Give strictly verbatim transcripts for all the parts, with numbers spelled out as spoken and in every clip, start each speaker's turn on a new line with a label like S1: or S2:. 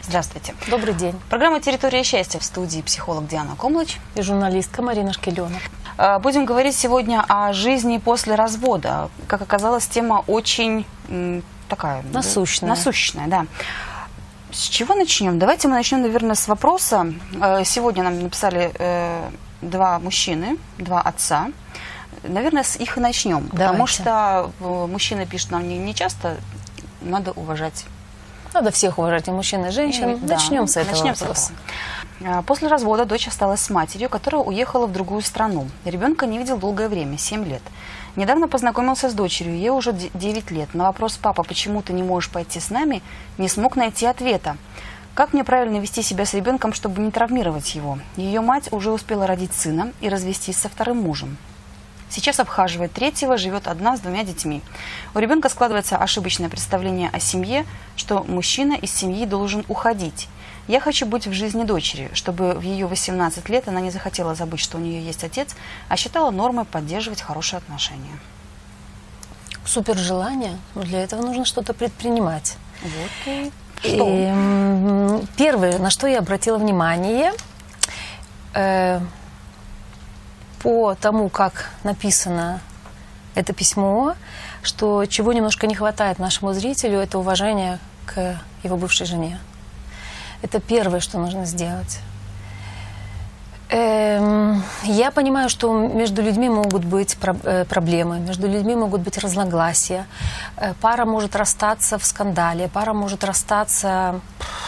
S1: Здравствуйте.
S2: Добрый день.
S1: Программа «Территория счастья», в студии психолог Диана Комлыч
S2: и журналистка Марина Шкеленок.
S1: Будем говорить сегодня о жизни после развода. Как оказалось, тема очень такая...
S2: Насущная.
S1: Насущная, да. С чего начнем? Давайте мы начнем, наверное, с вопроса. Сегодня нам написали два мужчины, два отца. Наверное, с их и начнем.
S2: Давайте.
S1: Потому что мужчины пишут нам не, не часто, надо уважать.
S2: Надо всех уважать, и мужчин, и женщин.
S1: И,
S2: начнем
S1: да,
S2: с этого
S1: начнем
S2: вопроса.
S1: С этого. После развода дочь осталась с матерью, которая уехала в другую страну. Ребенка не видел долгое время, семь лет. Недавно познакомился с дочерью, ей уже девять лет. На вопрос: «Папа, почему ты не можешь пойти с нами?», не смог найти ответа. Как мне правильно вести себя с ребенком, чтобы не травмировать его? Ее мать уже успела родить сына и развестись со вторым мужем. Сейчас обхаживает третьего, живет одна с двумя детьми. У ребенка складывается ошибочное представление о семье, что мужчина из семьи должен уходить. Я хочу быть в жизни дочери, чтобы в ее восемнадцать лет она не захотела забыть, что у нее есть отец, а считала нормой поддерживать хорошие отношения.
S2: Супер желание, но для этого нужно что-то предпринимать.
S1: Вот и что?
S2: И, первое, на что я обратила внимание, э, по тому, как написано это письмо, что чего немножко не хватает нашему зрителю, это уважение к его бывшей жене. Это первое, что нужно сделать. Эм, я понимаю, что между людьми могут быть проблемы, между людьми могут быть разногласия. Пара может расстаться в скандале, пара может расстаться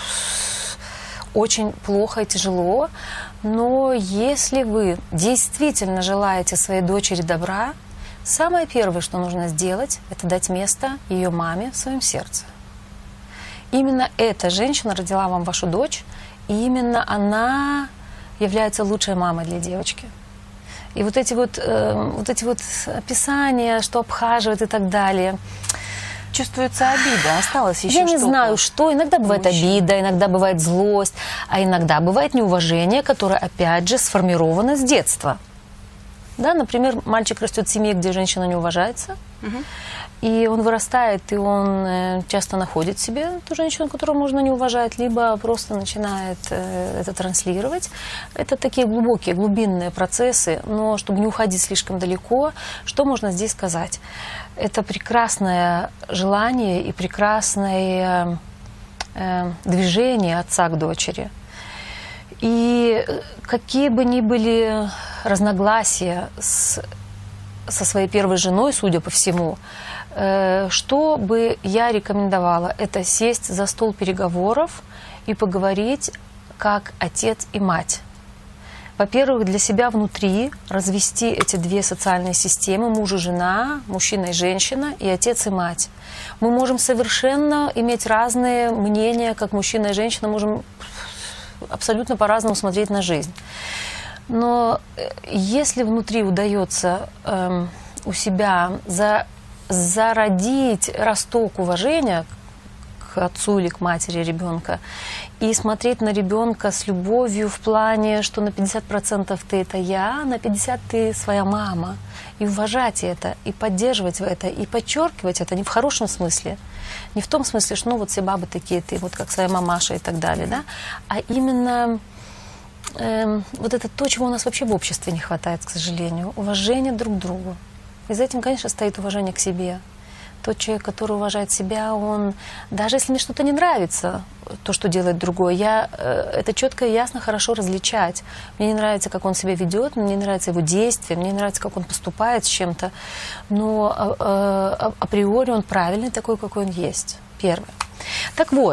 S2: очень плохо и тяжело. Но если вы действительно желаете своей дочери добра, самое первое, что нужно сделать, это дать место ее маме в своем сердце. Именно эта женщина родила вам вашу дочь, и именно она является лучшей мамой для девочки. И вот эти вот, э, вот эти вот описания, что обхаживает и так далее.
S1: Чувствуется обида, осталось еще
S2: Я не
S1: что-то.
S2: знаю, что. Иногда бывает обида, иногда бывает злость, а иногда бывает неуважение, которое, опять же, сформировано с детства. Да, например, мальчик растет в семье, где женщина не уважается, угу. И он вырастает, и он часто находит себе ту женщину, которую можно не уважать, либо просто начинает это транслировать. Это такие глубокие, глубинные процессы, но чтобы не уходить слишком далеко, что можно здесь сказать? Это прекрасное желание и прекрасное э, движение отца к дочери. И какие бы ни были разногласия с, со своей первой женой, судя по всему, э, что бы я рекомендовала, это сесть за стол переговоров и поговорить как отец и мать. Во-первых, для себя внутри развести эти две социальные системы: муж и жена, мужчина и женщина, и отец и мать. Мы можем совершенно иметь разные мнения, как мужчина и женщина, можем абсолютно по-разному смотреть на жизнь. Но если внутри удается э, у себя за, зародить росток уважения к отцу или к матери ребенка, и смотреть на ребенка с любовью в плане, что на пятьдесят процентов ты это я, на пятьдесят процентов ты своя мама, и уважать это, и поддерживать это, и подчеркивать это не в хорошем смысле, не в том смысле, что ну вот все бабы такие, ты вот как своя мамаша и так далее, да, а именно э, вот это то, чего у нас вообще в обществе не хватает, к сожалению, уважение друг к другу. И за этим, конечно, стоит уважение к себе. Тот человек, который уважает себя, он, даже если мне что-то не нравится, то, что делает другой, я э, это четко и ясно, хорошо различать. Мне не нравится, как он себя ведет, мне не нравится его действия, мне не нравится, как он поступает с чем-то, но э, э, априори он правильный такой, какой он есть. Первое. Так вот,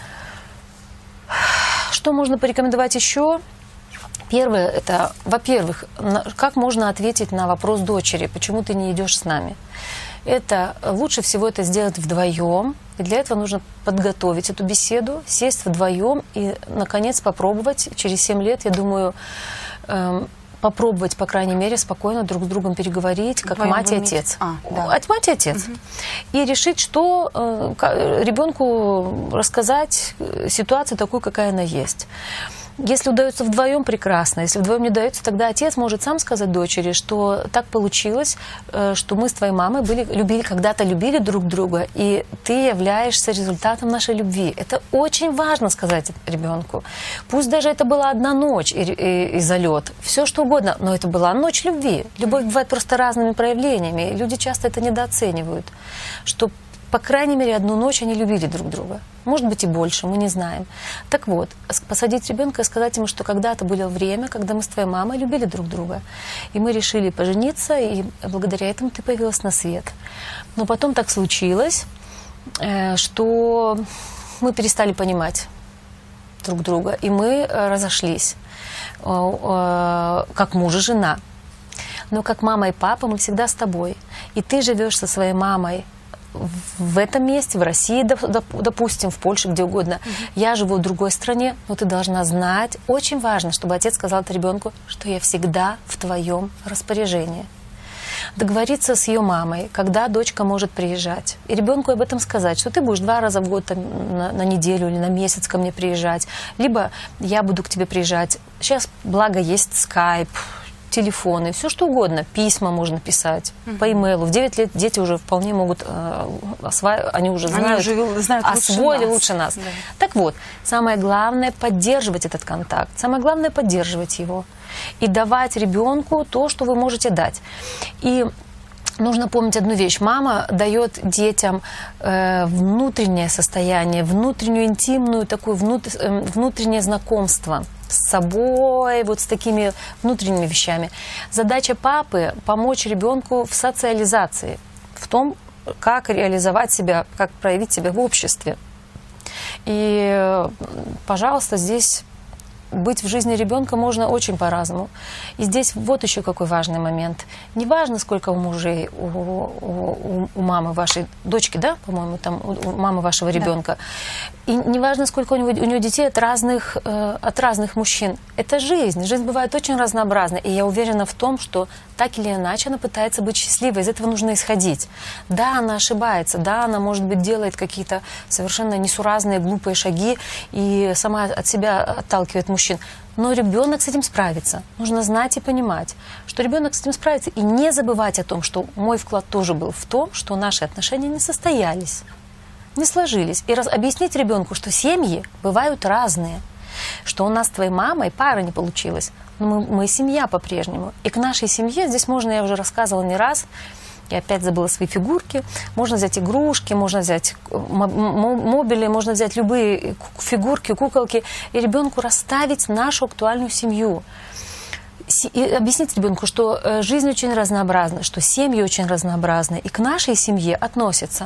S2: что можно порекомендовать еще? Первое, это, во-первых, как можно ответить на вопрос дочери, почему ты не идешь с нами? Это лучше всего это сделать вдвоем. И для этого нужно подготовить эту беседу, сесть вдвоем и, наконец, попробовать. Через семь лет, я думаю, эм, попробовать, по крайней мере, спокойно друг с другом переговорить, как вдвоем мать и отец. А, да. От мать и отец. Угу. И решить, что э, ребенку рассказать ситуацию такую, какая она есть. Если удается вдвоем, прекрасно. Если вдвоем не удается, тогда отец может сам сказать дочери, что так получилось, что мы с твоей мамой были, любили, когда-то любили друг друга, и ты являешься результатом нашей любви. Это очень важно сказать ребенку. Пусть даже это была одна ночь и, и, и залет, все что угодно, но это была ночь любви. Любовь бывает просто разными проявлениями, и люди часто это недооценивают, что по крайней мере, одну ночь они любили друг друга. Может быть и больше, мы не знаем. Так вот, посадить ребенка и сказать ему, что когда-то было время, когда мы с твоей мамой любили друг друга. И мы решили пожениться, и благодаря этому ты появилась на свет. Но потом так случилось, что мы перестали понимать друг друга, и мы разошлись, как муж и жена. Но как мама и папа мы всегда с тобой. И ты живешь со своей мамой в этом месте, в России, допустим, в Польше, где угодно. Mm-hmm. Я живу в другой стране, но ты должна знать, очень важно, чтобы отец сказал это ребенку, что я всегда в твоем распоряжении. Договориться с ее мамой, когда дочка может приезжать. И ребенку об этом сказать, что ты будешь два раза в год там, на, на неделю или на месяц ко мне приезжать. Либо я буду к тебе приезжать. Сейчас, благо, есть скайп, телефоны, все что угодно, письма можно писать, mm-hmm. по имейлу. В девять лет дети уже вполне могут э, осваивать, они уже знают, они уже знают освоили лучше нас. Лучше нас. Да. Так вот, самое главное поддерживать этот контакт, самое главное поддерживать его и давать ребенку то, что вы можете дать. И нужно помнить одну вещь. Мама дает детям э, внутреннее состояние, внутреннюю интимную, такое внут, э, внутреннее знакомство с собой, вот с такими внутренними вещами. Задача папы – помочь ребенку в социализации, в том, как реализовать себя, как проявить себя в обществе. И, пожалуйста, здесь быть в жизни ребенка можно очень по-разному. И здесь вот еще какой важный момент. Не важно, сколько у мужей, у, у, у мамы вашей дочки, да, по-моему, там, у мамы вашего ребенка. Да. И не важно, сколько у него, у него детей от разных, э, от разных мужчин. Это жизнь. Жизнь бывает очень разнообразна. И я уверена в том, что так или иначе она пытается быть счастливой. Из этого нужно исходить. Да, она ошибается. Да, она, может быть, делает какие-то совершенно несуразные, глупые шаги и сама от себя отталкивает мужчин. Но ребенок с этим справится. Нужно знать и понимать, что ребенок с этим справится. И не забывать о том, что мой вклад тоже был в том, что наши отношения не состоялись, не сложились. И раз, объяснить ребенку, что семьи бывают разные. Что у нас с твоей мамой пара не получилась. Но мы, мы семья по-прежнему. И к нашей семье, здесь можно, я уже рассказывала не раз, я опять забыла свои фигурки. Можно взять игрушки, можно взять мобили, можно взять любые фигурки, куколки, и ребенку расставить нашу актуальную семью. И объяснить ребенку, что жизнь очень разнообразна, что семьи очень разнообразны, и к нашей семье относятся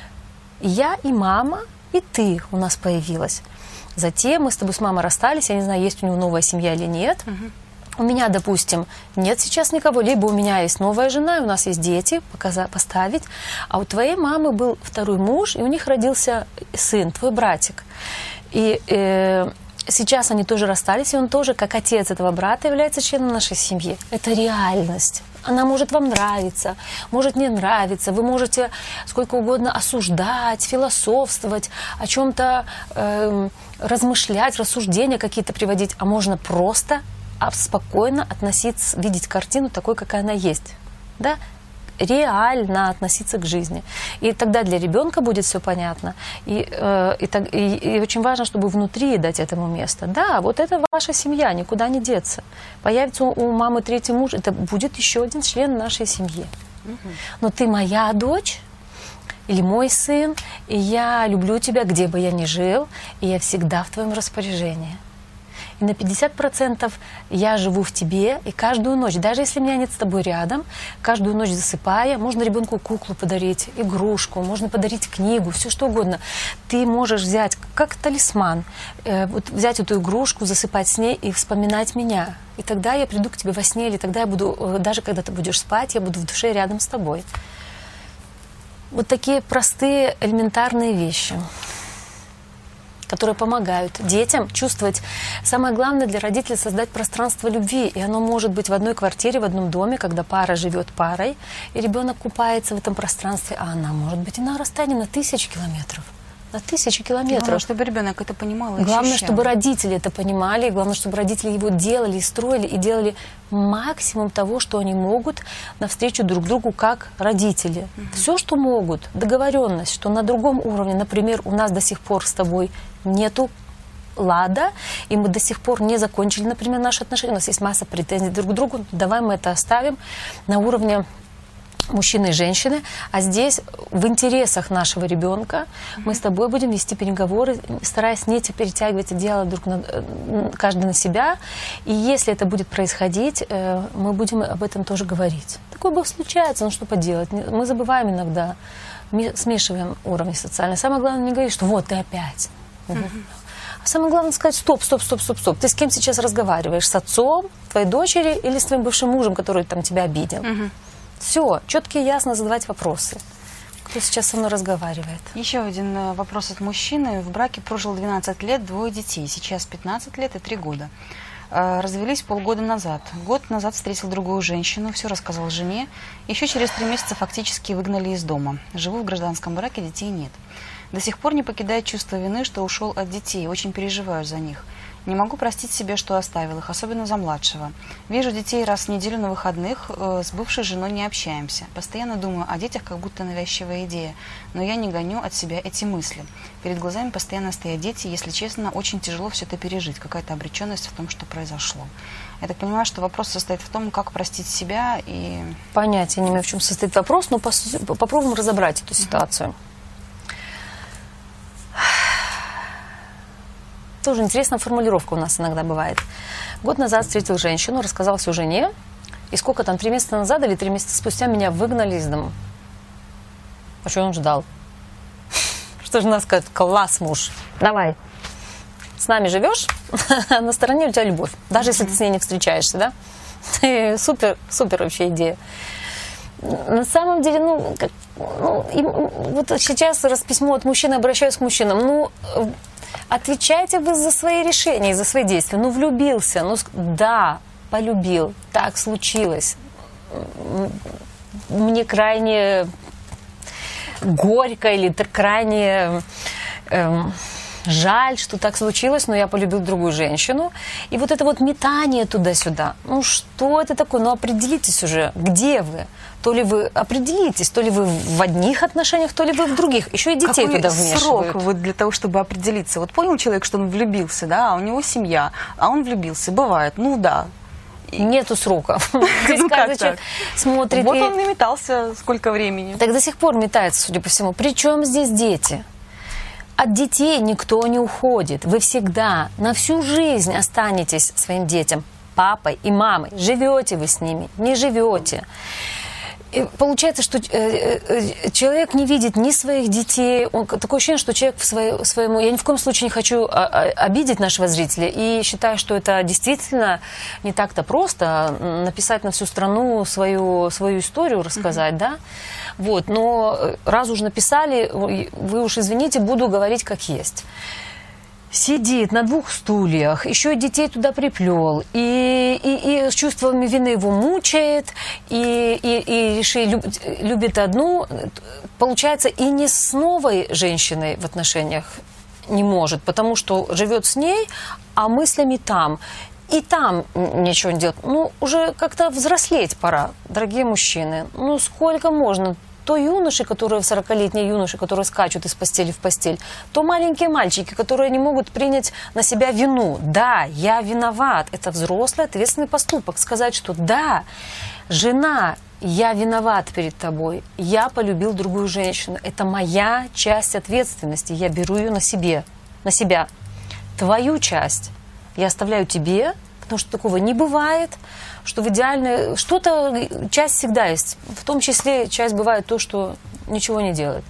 S2: я и мама, и ты у нас появилась. Затем мы с тобой с мамой расстались, я не знаю, есть у него новая семья или нет. Угу. У меня, допустим, нет сейчас никого, либо у меня есть новая жена, и у нас есть дети, показать, поставить, а у твоей мамы был второй муж, и у них родился сын, твой братик. И э, сейчас они тоже расстались, и он тоже, как отец этого брата, является членом нашей семьи. Это реальность. Она может вам нравиться, может не нравиться. Вы можете сколько угодно осуждать, философствовать, о чем-то э, размышлять, рассуждения какие-то приводить, а можно просто спокойно относиться, видеть картину такой, какая она есть. Да? Реально относиться к жизни. И тогда для ребенка будет все понятно. И, э, и, и, и очень важно, чтобы внутри дать этому место. Да, вот это ваша семья, никуда не деться. Появится у, у мамы третий муж, это будет еще один член нашей семьи. Но ты моя дочь или мой сын, и я люблю тебя, где бы я ни жил, и я всегда в твоем распоряжении. И на пятьдесят процентов я живу в тебе, и каждую ночь, даже если меня нет с тобой рядом, каждую ночь засыпая, можно ребенку куклу подарить, игрушку, можно подарить книгу, все что угодно. Ты можешь взять, как талисман, э, вот взять эту игрушку, засыпать с ней и вспоминать меня. И тогда я приду к тебе во сне, или тогда я буду, э, даже когда ты будешь спать, я буду в душе рядом с тобой. Вот такие простые, элементарные вещи, которые помогают детям чувствовать. Самое главное для родителей — создать пространство любви. И оно может быть в одной квартире, в одном доме, когда пара живет парой, и ребенок купается в этом пространстве, а она может быть и на расстоянии на тысячи километров. на тысячи километров.
S1: Главное, чтобы ребенок это понимал и
S2: Главное,
S1: ощущал.
S2: чтобы родители это понимали, и главное, чтобы родители его делали, строили и делали максимум того, что они могут навстречу друг другу как родители. Угу. Все, что могут, договоренность, что на другом уровне, например, у нас до сих пор с тобой нету лада, и мы до сих пор не закончили, например, наши отношения, у нас есть масса претензий друг к другу, давай мы это оставим на уровне мужчины и женщины, а здесь в интересах нашего ребенка мы с тобой будем вести переговоры, стараясь не перетягивать одеяло друг на каждый на себя, и если это будет происходить, мы будем об этом тоже говорить. Такое бог случается, ну что поделать, мы забываем иногда, смешиваем уровни социальные. Самое главное не говорить, что вот ты опять. Uh-huh. А самое главное сказать, стоп, стоп, стоп, стоп, стоп. Ты с кем сейчас разговариваешь? С отцом твоей дочери или с твоим бывшим мужем, который там тебя обидел? Uh-huh. Все, четко и ясно задавать вопросы. Кто сейчас со мной разговаривает?
S1: Еще один вопрос от мужчины. В браке прожил двенадцать лет, двое детей. Сейчас пятнадцать лет и три года. Развелись полгода назад. Год назад встретил другую женщину, все рассказал жене. Еще через три месяца фактически выгнали из дома. Живу в гражданском браке, детей нет. До сих пор не покидает чувство вины, что ушел от детей. Очень переживаю за них. Не могу простить себе, что оставил их, особенно за младшего. Вижу детей раз в неделю на выходных, э, с бывшей женой не общаемся. Постоянно думаю о детях, как будто навязчивая идея. Но я не гоню от себя эти мысли. Перед глазами постоянно стоят дети. Если честно, очень тяжело все это пережить. Какая-то обреченность в том, что произошло. Я так понимаю, что вопрос состоит в том, как простить себя и...
S2: Понятия не имею, в чем состоит вопрос, но попробуем разобрать эту ситуацию. Тоже интересная формулировка у нас иногда бывает. Год назад встретил женщину, рассказал все жене, и сколько там, три месяца назад или три месяца спустя меня выгнали из дома. А что он ждал? Что жена скажет? Класс, муж, давай. С нами живешь, на стороне у тебя любовь. Даже если ты с ней не встречаешься, да? Супер, супер вообще идея. На самом деле, ну, как, ну и, вот сейчас раз письмо от мужчины, обращаюсь к мужчинам, ну... Отвечайте вы за свои решения, за свои действия. Ну, влюбился, ну, да, полюбил, так случилось. Мне крайне горько или крайне эм, жаль, что так случилось, но я полюбил другую женщину. И вот это вот метание туда-сюда. Ну, что это такое? Ну, определитесь уже, где вы. То ли вы определитесь, то ли вы в одних отношениях, то ли вы в других. Еще и детей
S1: Какой
S2: туда вмешивают.
S1: срок вот для того, чтобы определиться? Вот понял человек, что он влюбился, да, а у него семья, а он влюбился. Бывает, ну да.
S2: Нету срока. Здесь каждый человек смотрит.
S1: Вот он и метался сколько времени.
S2: Так до сих пор метается, судя по всему. Причем здесь дети? От детей никто не уходит. Вы всегда на всю жизнь останетесь своим детям папой и мамой. Живете вы с ними, не живете. И получается, что человек не видит ни своих детей. Он, такое ощущение, что человек в свое, своему... Я ни в коем случае не хочу обидеть нашего зрителя. И считаю, что это действительно не так-то просто написать на всю страну свою, свою историю, рассказать, mm-hmm. да? Вот. Но раз уж написали, вы уж извините, буду говорить как есть. Сидит на двух стульях, еще и детей туда приплел, и, и, и с чувствами вины его мучает, и, и, и реши, люб, любит одну, получается, и не с новой женщиной в отношениях не может, потому что живет с ней, а мыслями там. И там ничего не делать. Ну, уже как-то взрослеть пора, дорогие мужчины. Ну, сколько можно? То юноши, которые, сорокалетние юноши, которые скачут из постели в постель, то маленькие мальчики, которые не могут принять на себя вину. Да, я виноват. Это взрослый, ответственный поступок. Сказать, что да, жена, я виноват перед тобой. Я полюбил другую женщину. Это моя часть ответственности. Я беру ее на себе, на себя. Твою часть я оставляю тебе, потому что такого не бывает, что в идеальной... Что-то, часть всегда есть. В том числе часть бывает то, что ничего не делает.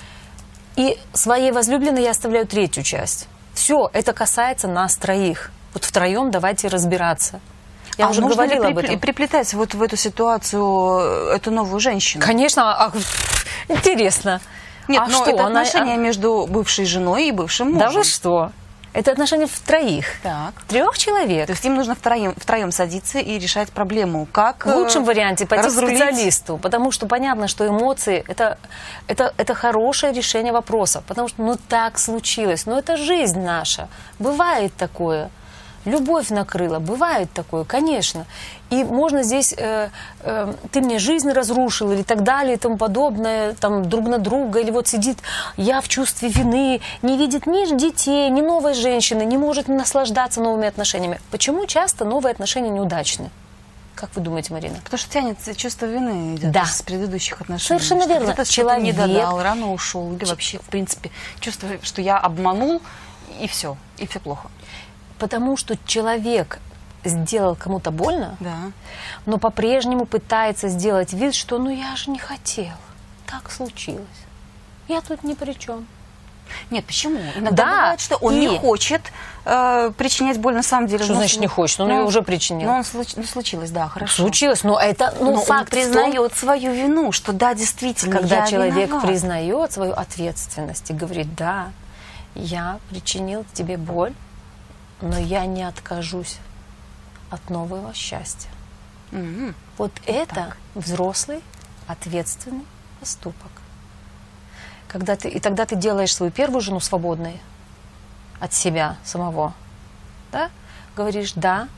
S2: И своей возлюбленной я оставляю третью часть. Все, это касается нас троих. Вот втроем давайте разбираться. Я
S1: а
S2: уже говорила об этом.
S1: И приплетать вот в эту ситуацию эту новую женщину?
S2: Конечно. А, интересно.
S1: Нет,
S2: а
S1: но
S2: что?
S1: это
S2: Она...
S1: отношения между бывшей женой и бывшим мужем.
S2: Да вы что? Это отношения в троих.
S1: Так.
S2: Трех человек.
S1: То есть им нужно втроем, втроем садиться и решать проблему. Как
S2: В лучшем варианте пойти
S1: разрулить?
S2: к специалисту, потому что понятно, что эмоции это, это, это хорошее решение вопроса, потому что ну так случилось, но это жизнь наша, бывает такое. Любовь накрыла, бывает такое, конечно. И можно здесь, э, э, ты мне жизнь разрушил или так далее, и тому подобное, там, друг на друга, или вот сидит я в чувстве вины, не видит ни детей, ни новой женщины, не может наслаждаться новыми отношениями. Почему часто новые отношения неудачны? Как вы думаете, Марина?
S1: Потому что тянется чувство вины идет
S2: Да.
S1: с предыдущих отношений.
S2: Совершенно
S1: Что
S2: верно.
S1: где-то что-то не
S2: Человек-
S1: додал, рано ушел. Или вообще, в принципе, чувство, что я обманул, и все, и все плохо.
S2: Потому что человек сделал кому-то больно,
S1: Да.
S2: но по-прежнему пытается сделать вид, что ну я же не хотел, так случилось. Я тут ни при чем.
S1: Нет, почему? Иногда
S2: Да,
S1: бывает, что он
S2: и-
S1: не хочет э, причинять боль на самом деле.
S2: Что
S1: Ну,
S2: значит не хочет? Он
S1: ну,
S2: ее уже причинил.
S1: Ну, он случ- ну, случилось, да, хорошо.
S2: Случилось, но это ну,
S1: Но
S2: факт
S1: он
S2: в том,
S1: признает свою вину, что да, действительно,
S2: когда
S1: я
S2: человек
S1: виноват.
S2: признает свою ответственность и говорит, да, я причинил тебе боль, но я не откажусь от нового счастья.
S1: Мгм.
S2: Вот это
S1: так.
S2: взрослый, ответственный поступок. Когда ты, и тогда ты делаешь свою первую жену свободной от себя самого. Да? Говоришь, да,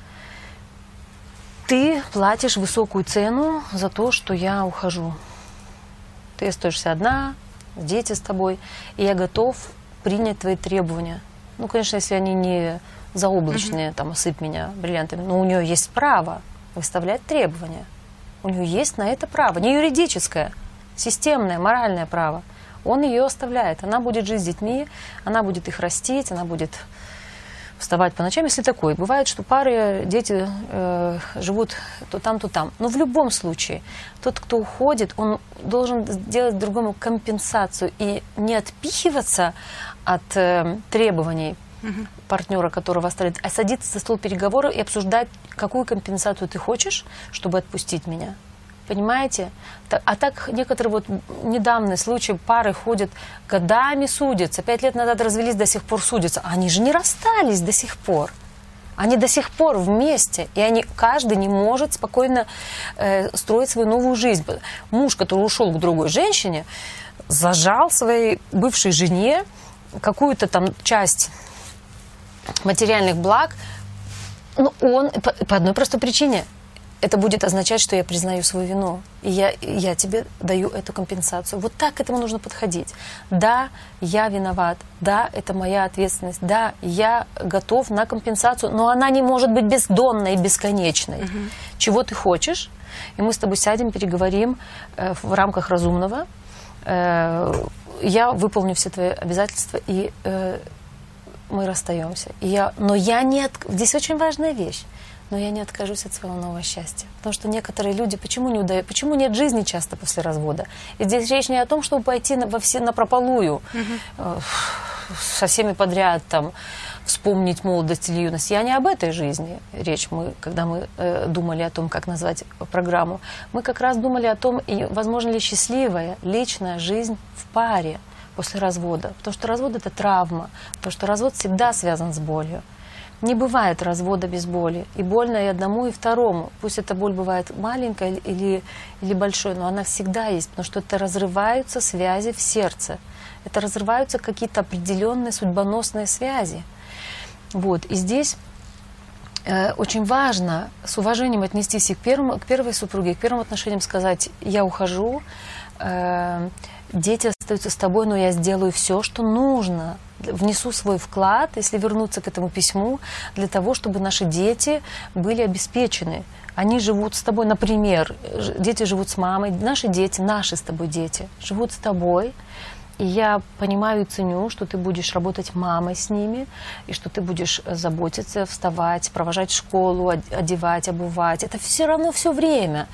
S2: ты платишь высокую цену за то, что я ухожу. Ты остаешься одна, дети с тобой, и я готов принять твои требования. Ну, конечно, если они не заоблачные, там, осыпь меня бриллиантами, но у нее есть право выставлять требования. У нее есть на это право, не юридическое, системное, моральное право. Он ее оставляет. Она будет жить с детьми, она будет их растить, она будет вставать по ночам, если такое. Бывает, что пары, дети э, живут то там, то там. Но в любом случае, тот, кто уходит, он должен сделать другому компенсацию и не отпихиваться от э, требований
S1: Мгм.
S2: партнера, которого оставит, а садиться за стол переговоров и обсуждать, какую компенсацию ты хочешь, чтобы отпустить меня. Понимаете? Та- А так некоторые вот недавние случаи, пары ходят, годами судятся, пять лет назад развелись, до сих пор судятся. Они же не расстались до сих пор. Они до сих пор вместе, и они, каждый не может спокойно э, строить свою новую жизнь. Муж, который ушел к другой женщине, зажал своей бывшей жене какую-то там часть материальных благ, но он по, по одной простой причине. Это будет означать, что я признаю свою вину. И я, и я тебе даю эту компенсацию. Вот так к этому нужно подходить. Да, я виноват. Да, это моя ответственность. Да, я готов на компенсацию. Но она не может быть бездонной и бесконечной. Угу. Чего ты хочешь? И мы с тобой сядем, переговорим э, в рамках разумного. Э, я выполню все твои обязательства, и э, мы расстаемся. И я, но я не... От... Здесь очень важная вещь. Но я не откажусь от своего нового счастья. Потому что некоторые люди, почему не удают, почему нет жизни часто после развода? И здесь речь не о том, чтобы пойти на, во все, на прополую, mm-hmm. э, со всеми подряд, там, вспомнить молодость или юность. Я не об этой жизни речь. Мы, когда мы э, думали о том, как назвать программу, мы как раз думали о том, и возможно ли счастливая личная жизнь в паре после развода. Потому что развод – это травма. Потому что развод всегда связан с болью. Не бывает развода без боли. И больно и одному, и второму. Пусть эта боль бывает маленькая или, или большой, но она всегда есть, потому что это разрываются связи в сердце. Это разрываются какие-то определенные судьбоносные связи. Вот. И здесь э, очень важно с уважением отнестись и к, первому, к первой супруге, к первым отношениям сказать: я ухожу, э, дети остаются с тобой, но я сделаю все, что нужно. Внесу свой вклад, если вернуться к этому письму, для того, чтобы наши дети были обеспечены. Они живут с тобой, например, дети живут с мамой, наши дети, наши с тобой дети живут с тобой. И я понимаю и ценю, что ты будешь работать мамой с ними, и что ты будешь заботиться, вставать, провожать в школу, одевать, обувать. Это все равно все время.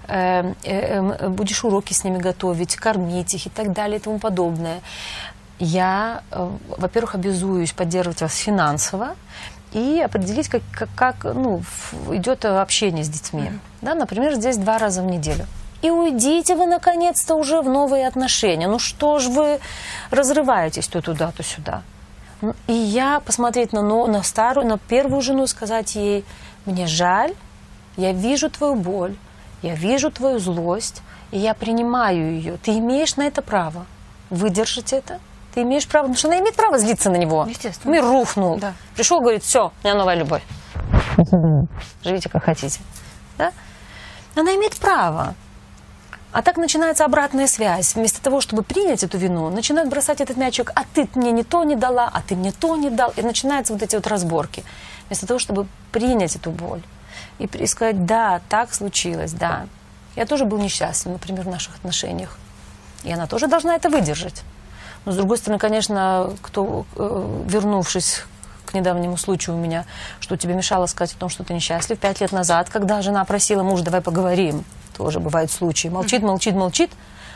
S2: Будешь уроки с ними готовить, кормить их и так далее и тому подобное. Я, во-первых, обязуюсь поддерживать вас финансово и определить, как, как, как ну, идет общение с детьми. Mm-hmm. Да, например, здесь два раза в неделю. И уйдите вы, наконец-то, уже в новые отношения. Ну что ж вы разрываетесь то туда, то сюда? И я посмотреть на, но, на старую, на первую жену, сказать ей: мне жаль, я вижу твою боль, я вижу твою злость, и я принимаю ее. Ты имеешь на это право выдержать это. Ты имеешь право, потому что она имеет право злиться на него.
S1: Естественно.
S2: Мир рухнул.
S1: Да.
S2: Пришел, говорит: все, у меня новая любовь. Живите как хотите. Да? Она имеет право. А так начинается обратная связь. Вместо того, чтобы принять эту вину, начинают бросать этот мячик: а ты мне не то не дала, а ты мне то не дал. И начинаются вот эти вот разборки. Вместо того, чтобы принять эту боль и, и сказать: да, так случилось, да. Я тоже был несчастлив, например, в наших отношениях. И она тоже должна это выдержать. Но, с другой стороны, конечно, кто, э, вернувшись к недавнему случаю у меня, что тебе мешало сказать о том, что ты несчастлив, пять лет назад, когда жена просила: муж, давай поговорим. Тоже бывают случаи. Молчит, молчит, молчит.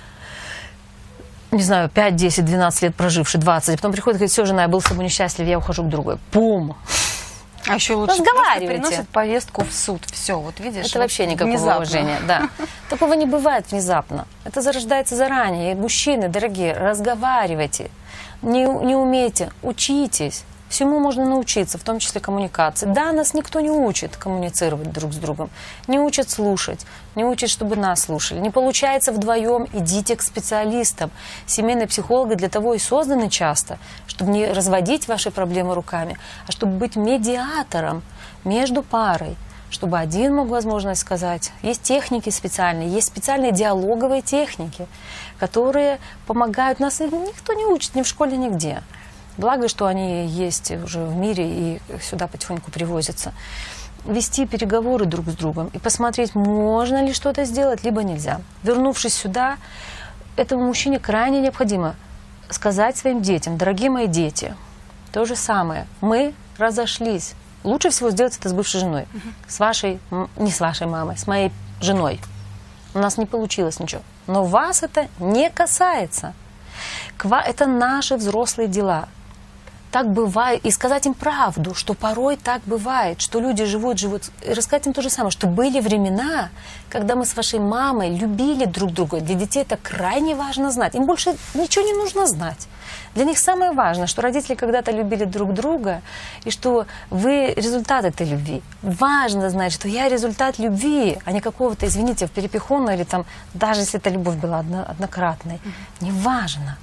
S2: Не знаю, пять, десять, двенадцать лет проживший, двадцать. А потом приходит и говорит: все, жена, я был с тобой несчастлив, я ухожу к другой. Пум!
S1: А еще лучше
S2: разговаривайте.
S1: Приносят повестку в суд. Все, вот видишь.
S2: Это вообще никакого
S1: внезапно.
S2: уважения. Да. Такого не бывает внезапно. Это зарождается заранее. И мужчины, дорогие, разговаривайте. Не, не умейте, учитесь. Всему можно научиться, в том числе коммуникации. Да, нас никто не учит коммуницировать друг с другом. Не учат слушать, не учат, чтобы нас слушали. Не получается вдвоем, идите к специалистам. Семейные психологи для того и созданы часто, чтобы не разводить ваши проблемы руками, а чтобы быть медиатором между парой. Чтобы один мог возможность сказать. Есть техники специальные, есть специальные диалоговые техники, которые помогают. Нас никто не учит, ни в школе, нигде. Благо, что они есть уже в мире и сюда потихоньку привозятся. Вести переговоры друг с другом и посмотреть, можно ли что-то сделать, либо нельзя. Вернувшись сюда, этому мужчине крайне необходимо сказать своим детям: дорогие мои дети, то же самое, мы разошлись. Лучше всего сделать это с бывшей женой. С вашей, не с вашей мамой, с моей женой. У нас не получилось ничего. Но вас это не касается. Это наши взрослые дела. Так бывает. И сказать им правду, что порой так бывает, что люди живут, живут. И рассказать им то же самое, что были времена, когда мы с вашей мамой любили друг друга. Для детей это крайне важно знать. Им больше ничего не нужно знать. Для них самое важное, что родители когда-то любили друг друга, и что вы результат этой любви. Важно знать, что я результат любви, а не какого-то, извините, перепихона, или там, даже если эта любовь была одно, однократной. Mm-hmm. Неважно.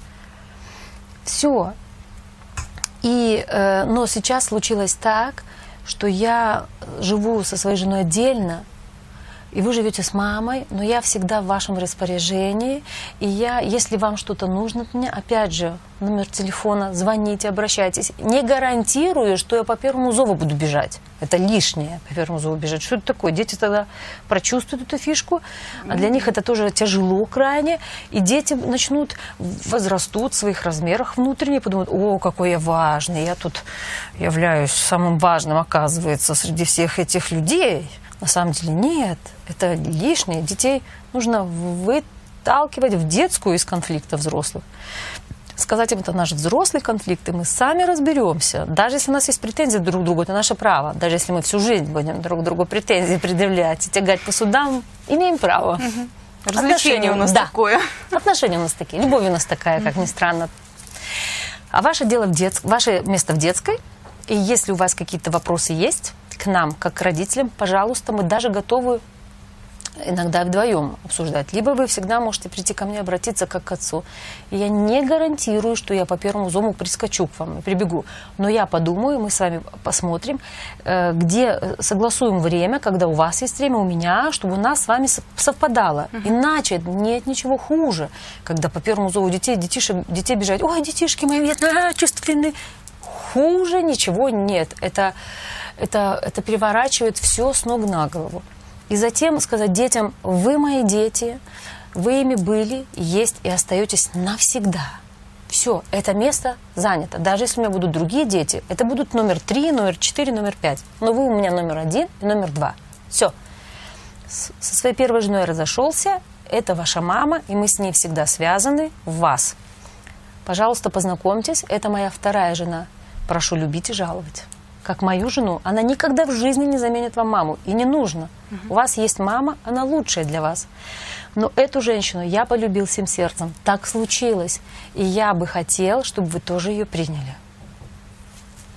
S2: Все. И, э, но сейчас случилось так, что я живу со своей женой отдельно, и вы живете с мамой, но я всегда в вашем распоряжении. И я, если вам что-то нужно от меня, опять же, номер телефона, звоните, обращайтесь. Не гарантирую, что я по первому зову буду бежать. Это лишнее, по первому зову бежать. Что это такое? Дети тогда прочувствуют эту фишку, а для них это тоже тяжело крайне. И дети начнут, возрастут в своих размерах внутренне, подумают: о, какой я важный, я тут являюсь самым важным, оказывается, среди всех этих людей. На самом деле нет, это лишнее. Детей нужно выталкивать в детскую из конфликта взрослых. Сказать им: это наш взрослый конфликт, и мы сами разберемся. Даже если у нас есть претензии друг к другу, это наше право. Даже если мы всю жизнь будем друг к другу претензии предъявлять и тягать по судам, имеем право.
S1: Угу. Развлечение у нас
S2: да.
S1: такое.
S2: Отношения у нас такие, любовь у нас такая, как ни странно. А ваше дело в детск... ваше место в детской, и если у вас какие-то вопросы есть к нам, как к родителям, пожалуйста, мы даже готовы иногда вдвоем обсуждать. Либо вы всегда можете прийти ко мне, обратиться как к отцу. И я не гарантирую, что я по первому зову прискочу к вам и прибегу. Но я подумаю, мы с вами посмотрим, где согласуем время, когда у вас есть время, у меня, чтобы у нас с вами совпадало. Uh-huh. Иначе нет ничего хуже, когда по первому зову детей, детишек, детей бежать: ой, детишки мои, а, чувственные. Хуже ничего нет. Это, это, это переворачивает все с ног на голову. И затем сказать детям: вы мои дети, вы ими были, есть и остаетесь навсегда. Все, это место занято. Даже если у меня будут другие дети, это будут номер три, номер четыре, номер пять. Но вы у меня номер один и номер два. Все. Со своей первой женой разошелся, это ваша мама, и мы с ней всегда связаны в вас. Пожалуйста, познакомьтесь, это моя вторая жена. Прошу любить и жаловать. Как мою жену, она никогда в жизни не заменит вам маму. И не нужно. Uh-huh. У вас есть мама, она лучшая для вас. Но эту женщину я полюбил всем сердцем. Так случилось. И я бы хотел, чтобы вы тоже ее приняли.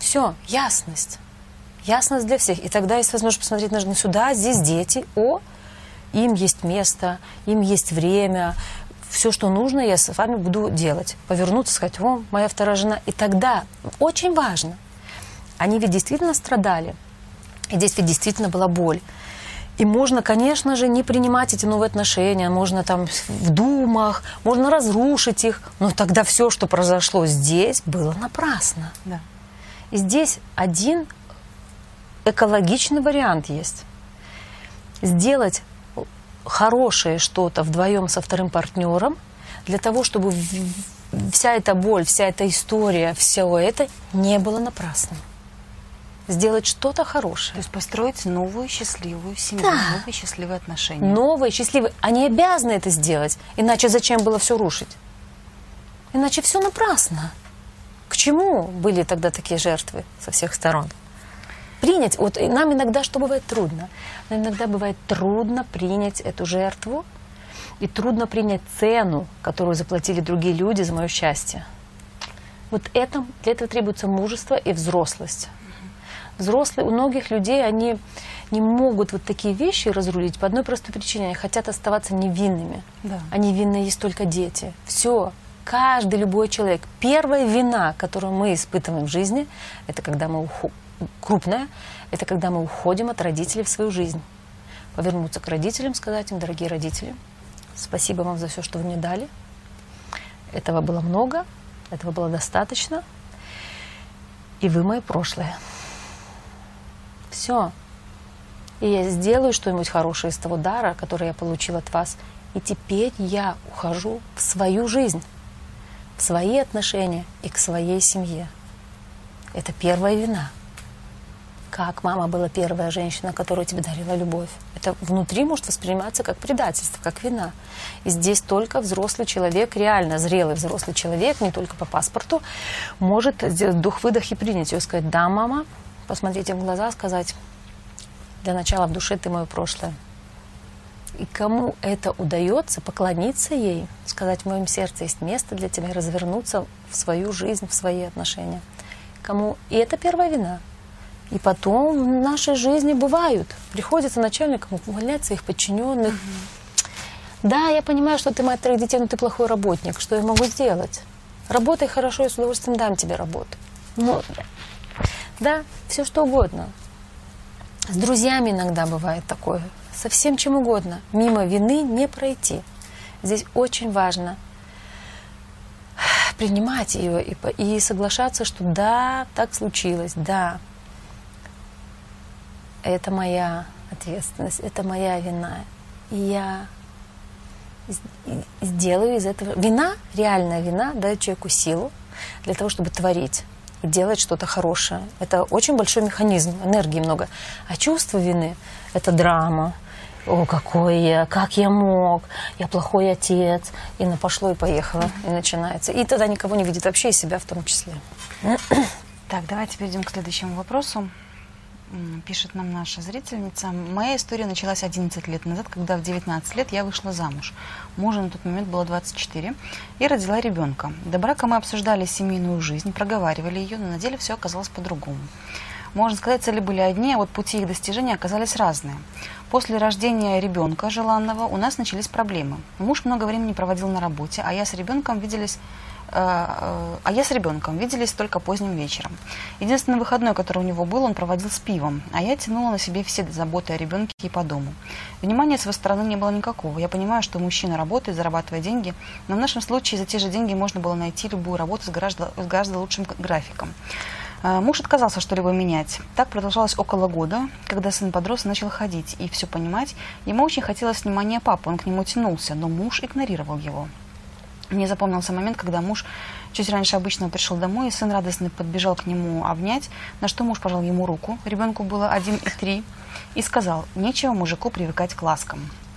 S2: Все, ясность. Ясность для всех. И тогда есть возможность посмотреть нужно сюда, здесь дети, о, им есть место, им есть время, все, что нужно, я с вами буду делать. Повернуться, сказать, о, моя вторая жена. И тогда, очень важно, они ведь действительно страдали, и здесь ведь действительно была боль. И можно, конечно же, не принимать эти новые отношения, можно там в думах, можно разрушить их, но тогда все, что произошло здесь, было напрасно.
S1: Да.
S2: И здесь один экологичный вариант есть. Сделать хорошее что-то вдвоем со вторым партнером для того, чтобы вся эта боль, вся эта история, все это не было напрасным. Сделать что-то хорошее.
S1: То есть построить новую счастливую семью,
S2: Да.
S1: новые счастливые отношения.
S2: Новые, счастливые. Они обязаны это сделать. Иначе зачем было все рушить? Иначе все напрасно. К чему были тогда такие жертвы со всех сторон? Принять, вот и нам иногда что бывает трудно? Нам иногда бывает трудно принять эту жертву и трудно принять цену, которую заплатили другие люди за мое счастье. Вот это, для этого требуется мужество и взрослость. Взрослые, у многих людей, они не могут вот такие вещи разрулить по одной простой причине. Они хотят оставаться невинными.
S1: Да.
S2: А невинные есть только дети. Все. Каждый, любой человек. Первая вина, которую мы испытываем в жизни, это когда мы уходим. Крупная, это когда мы уходим от родителей в свою жизнь. Повернуться к родителям, сказать им, дорогие родители, спасибо вам за все, что вы мне дали. Этого было много, этого было достаточно. И вы мое прошлое. Все. И я сделаю что-нибудь хорошее из того дара, который я получила от вас. И теперь я ухожу в свою жизнь, в свои отношения и к своей семье. Это первая вина. Как мама была первая женщина, которая тебе дарила любовь. Это внутри может восприниматься как предательство, как вина. И здесь только взрослый человек, реально зрелый взрослый человек, не только по паспорту, может сделать вдох-выдох и принять ее, сказать, да, мама, посмотреть им в глаза, сказать, для начала в душе ты мое прошлое. И кому это удается, поклониться ей, сказать, в моем сердце есть место для тебя, развернуться в свою жизнь, в свои отношения. Кому... И это первая вина. И потом в нашей жизни бывают. Приходится начальникам увольнять своих подчиненных. Mm-hmm. Да, я понимаю, что ты мать троих детей, но ты плохой работник. Что я могу сделать? Работай хорошо, я с удовольствием дам тебе работу. Ну, да, все что угодно. С друзьями иногда бывает такое. Со всем чем угодно. Мимо вины не пройти. Здесь очень важно принимать ее и, и соглашаться, что да, так случилось, да. Это моя ответственность, это моя вина. И я сделаю из этого... Вина, реальная вина, дает человеку силу для того, чтобы творить и делать что-то хорошее. Это очень большой механизм, энергии много. А чувство вины – это драма. О, какой я, как я мог, я плохой отец. И на пошло и поехало, и начинается. И тогда никого не видит вообще, и себя в том числе.
S1: Так, давайте перейдем к следующему вопросу. Пишет нам наша зрительница. Моя история началась одиннадцать лет назад, когда в девятнадцать лет я вышла замуж. Мужу на тот момент было двадцать четыре. И родила ребенка. До брака мы обсуждали семейную жизнь, проговаривали ее, но на деле все оказалось по-другому. Можно сказать, цели были одни, а вот пути их достижения оказались разные. После рождения ребенка желанного у нас начались проблемы. Муж много времени проводил на работе, а я с ребенком виделись... А я с ребенком виделись только поздним вечером. Единственный выходной, который у него был, он проводил с пивом, а я тянула на себе все заботы о ребенке и по дому. Внимания с его стороны не было никакого. Я понимаю, что мужчина работает, зарабатывает деньги, но в нашем случае за те же деньги можно было найти любую работу с гораздо, с гораздо лучшим графиком. Муж отказался что-либо менять. Так продолжалось около года, когда сын подрос и начал ходить и все понимать. Ему очень хотелось внимания папы, он к нему тянулся, но муж игнорировал его. Мне запомнился момент, когда муж чуть раньше обычного пришел домой, и сын радостно подбежал к нему обнять, на что муж пожал ему руку, ребенку было один и три, и сказал, нечего мужику привыкать к ласкам.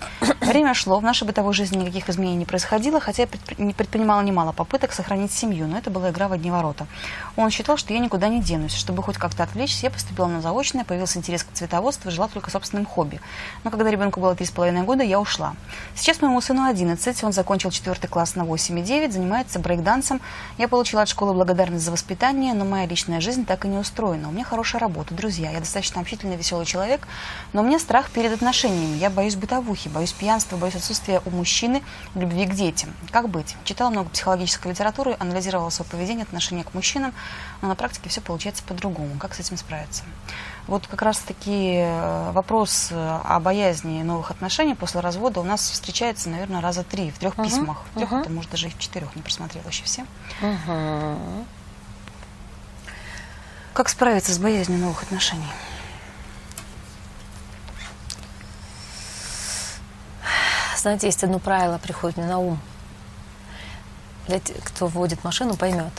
S1: Время шло, в нашей бытовой жизни никаких изменений не происходило, хотя я предпри- предпринимала немало попыток сохранить семью, но это была игра в одни ворота. Он считал, что я никуда не денусь. Чтобы хоть как-то отвлечься, я поступила на заочное, появился интерес к цветоводству и жила только собственным хобби. Но когда ребенку было три с половиной года, я ушла. Сейчас моему сыну одиннадцать, он закончил четвертый класс на восемь и девять, занимается брейкдансом. Я получила от школы благодарность за воспитание, но моя личная жизнь так и не устроена. У меня хорошая работа, друзья, я достаточно общительный, веселый человек, но у меня страх перед отношениями. Я боюсь бытовухи, боюсь пьянства, боюсь отсутствия у мужчины любви к детям. Как быть? Читала много психологической литературы, анализировала свое поведение, отношение к мужчинам, но на практике все получается по-другому. Как с этим справиться? Вот как раз-таки вопрос о боязни новых отношений после развода у нас встречается, наверное, раза три, в трех uh-huh. письмах. В трех, uh-huh. это, может, даже и в четырех, не просмотрела еще все.
S2: Uh-huh.
S1: Как справиться с боязнью новых отношений?
S2: Знаете, есть одно правило, приходит мне на ум. Для тех, кто водит машину, поймет.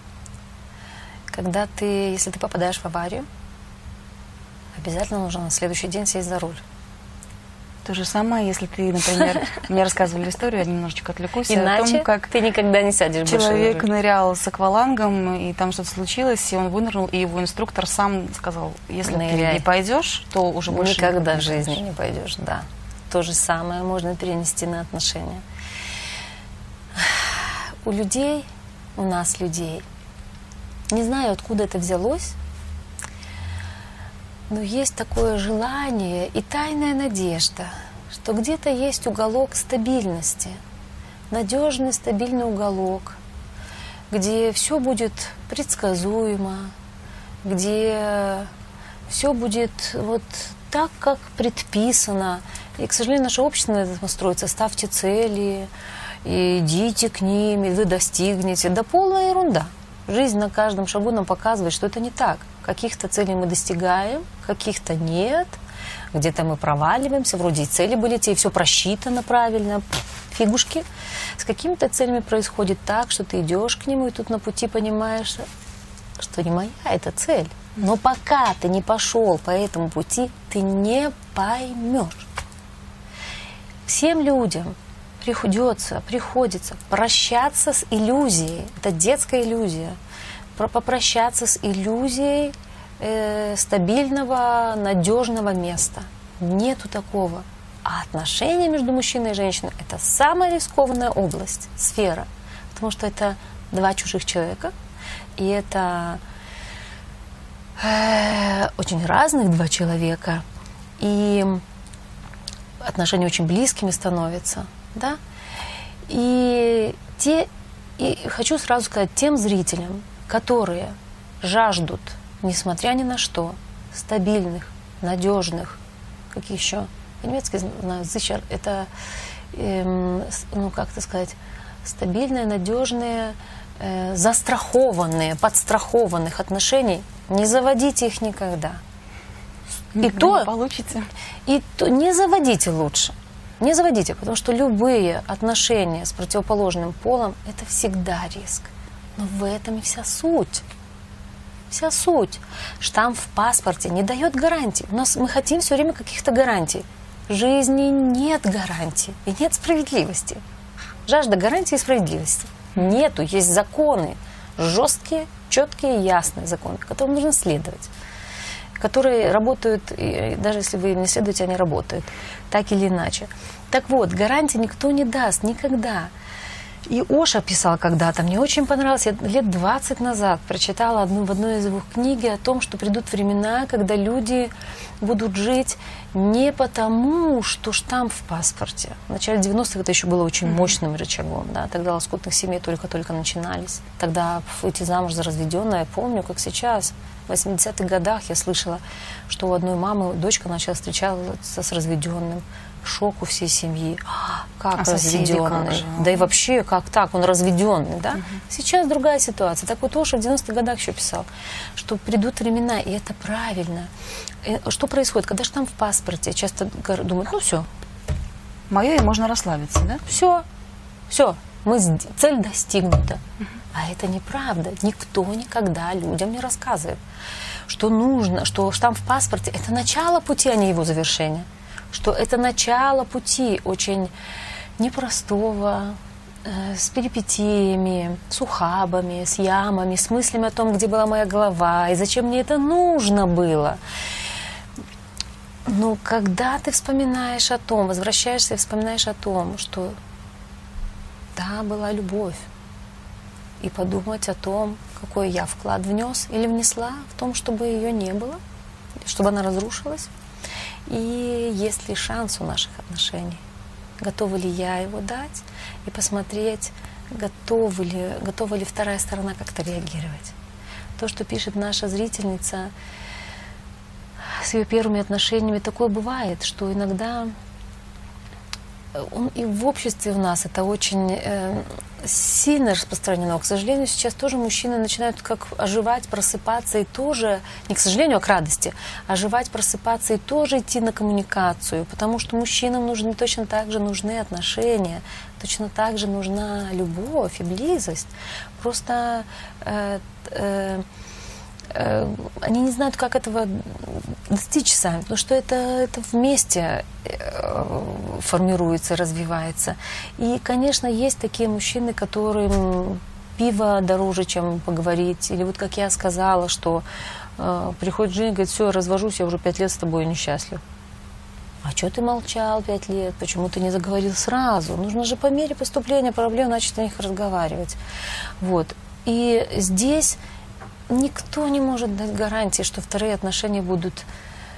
S2: Когда ты, если ты попадаешь в аварию, обязательно нужно на следующий день сесть за руль.
S1: То же самое, если ты, например, мне рассказывали историю, я немножечко отвлекусь.
S2: Иначе
S1: о том, как
S2: ты никогда не сядешь больше.
S1: Человек нырял с аквалангом, и там что-то случилось, и он вынырнул, и его инструктор сам сказал, если Ныряй. ты не пойдешь, то уже больше
S2: никогда в жизни не пойдешь, да. То же самое можно перенести на отношения. У людей, у нас людей, не знаю, откуда это взялось, но есть такое желание и тайная надежда, что где-то есть уголок стабильности, надежный, стабильный уголок, где все будет предсказуемо, где все будет вот так, как предписано. И, к сожалению, наше общество на этом строится. Ставьте цели, идите к ним, и вы достигнете. Да полная ерунда. Жизнь на каждом шагу нам показывает, что это не так. Каких-то целей мы достигаем, каких-то нет. Где-то мы проваливаемся, вроде и цели были те, и все просчитано правильно. Фигушки. С какими-то целями происходит так, что ты идешь к нему, и тут на пути понимаешь, что не моя эта цель. Но пока ты не пошел по этому пути, ты не поймешь. Всем людям приходится, приходится прощаться с иллюзией. Это детская иллюзия. Попрощаться с иллюзией э, стабильного, надежного места. Нету такого. А отношения между мужчиной и женщиной – это самая рискованная область, сфера. Потому что это два чужих человека. И это э, очень разных два человека. И отношения очень близкими становятся. Да? И, те, и хочу сразу сказать тем зрителям, которые жаждут, несмотря ни на что, стабильных, надежных, какие еще, по-немецки знаю, sicher, это, эм, ну как это сказать, стабильные, надежные, э, застрахованные, подстрахованных отношений, не заводите их никогда.
S1: И
S2: то,
S1: не получите.
S2: И то не заводите лучше. Не заводите, потому что любые отношения с противоположным полом – это всегда риск. Но в этом и вся суть. Вся суть. Штамп в паспорте не дает гарантий. У нас мы хотим все время каких-то гарантий. В жизни нет гарантий и нет справедливости. Жажда гарантии и справедливости. Нету, есть законы. Жесткие, четкие, ясные законы, которым нужно следовать. Которые работают, и даже если вы им не следуете, они работают, так или иначе. Так вот, гарантии никто не даст никогда. И Оша писал когда-то, мне очень понравилось, я лет двадцать назад прочитала одну, в одной из его книг о том, что придут времена, когда люди будут жить не потому, что штамп в паспорте. В начале девяностых это еще было очень мощным рычагом, да? Тогда лоскутных семей только-только начинались. Тогда выйти замуж за разведенное, я помню, как сейчас. В восьмидесятых годах я слышала, что у одной мамы дочка начала встречаться с разведенным. Шок у всей семьи. Как
S1: а
S2: разведенный?
S1: Как же?
S2: Да и вообще, как так? Он разведенный, да? Угу. Сейчас другая ситуация. Так вот, Оша в девяностых годах еще писал, что придут времена, и это правильно. И что происходит? Когда штамп в паспорте, часто думают, ну все.
S1: Мое, и можно расслабиться, да?
S2: Все, все, мы, цель достигнута. Угу. А это неправда. Никто никогда людям не рассказывает, что нужно, что штамп в паспорте – это начало пути, а не его завершение. что это начало пути очень непростого, э, с перипетиями, с ухабами, с ямами, с мыслями о том, где была моя голова и зачем мне это нужно было. Но когда ты вспоминаешь о том, возвращаешься и вспоминаешь о том, что да, была любовь, и подумать о том, какой я вклад внес или внесла в том, чтобы ее не было, чтобы она разрушилась, и есть ли шанс у наших отношений, готова ли я его дать, и посмотреть, готова ли, готова ли вторая сторона как-то реагировать. То, что пишет наша зрительница с ее первыми отношениями, такое бывает, что иногда он и в обществе у нас это очень э, сильно распространено. К сожалению, сейчас тоже мужчины начинают как оживать, просыпаться и тоже, не к сожалению, а к радости, оживать, просыпаться и тоже идти на коммуникацию, потому что мужчинам нужны точно так же нужны отношения, точно так же нужна любовь и близость. Просто э, э, они не знают, как этого достичь сами, потому что это, это вместе формируется, развивается. И, конечно, есть такие мужчины, которым пиво дороже, чем поговорить. Или вот как я сказала, что э, приходит Женя и говорит: все, развожусь, я уже пять лет с тобой несчастлив. А что ты молчал пять лет? Почему ты не заговорил сразу? Нужно же по мере поступления проблем начать о них разговаривать. Вот. И здесь никто не может дать гарантии, что вторые отношения будут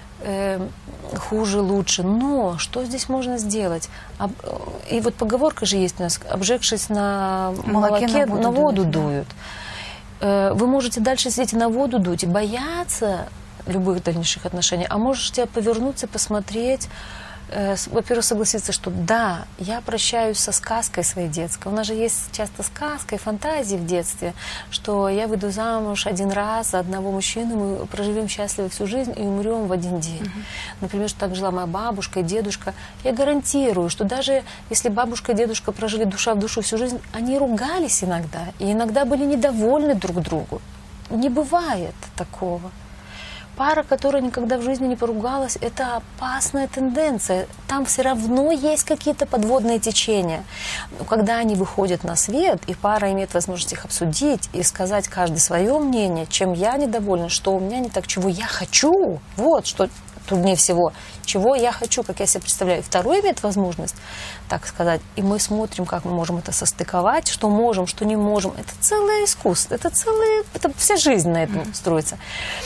S2: э, хуже, лучше. Но что здесь можно сделать? Об, и вот поговорка же есть у нас: обжегшись на молоке, молоке на воду, на воду дуют. дуют. Да. Э, вы можете дальше сидеть и на воду дуть, и бояться любых дальнейших отношений, а можете повернуться и посмотреть, э, во-первых, согласиться, что да, я прощаюсь со сказкой своей детской. У нас же есть часто сказка и фантазии в детстве, что я выйду замуж один раз за одного мужчину, мы проживем счастливо всю жизнь и умрем в один день. Uh-huh. Например, что так жила моя бабушка и дедушка. Я гарантирую, что даже если бабушка и дедушка прожили душа в душу всю жизнь, они ругались иногда, и иногда были недовольны друг другу. Не бывает такого. Пара, которая никогда в жизни не поругалась, это опасная тенденция. Там все равно есть какие-то подводные течения. Но когда они выходят на свет, и пара имеет возможность их обсудить и сказать каждый свое мнение, чем я недовольна, что у меня не так, чего я хочу, вот что труднее всего, чего я хочу, как я себе представляю. Второй имеет возможность, так сказать, и мы смотрим, как мы можем это состыковать, что можем, что не можем. Это целое искусство, это целое, это вся жизнь на этом строится.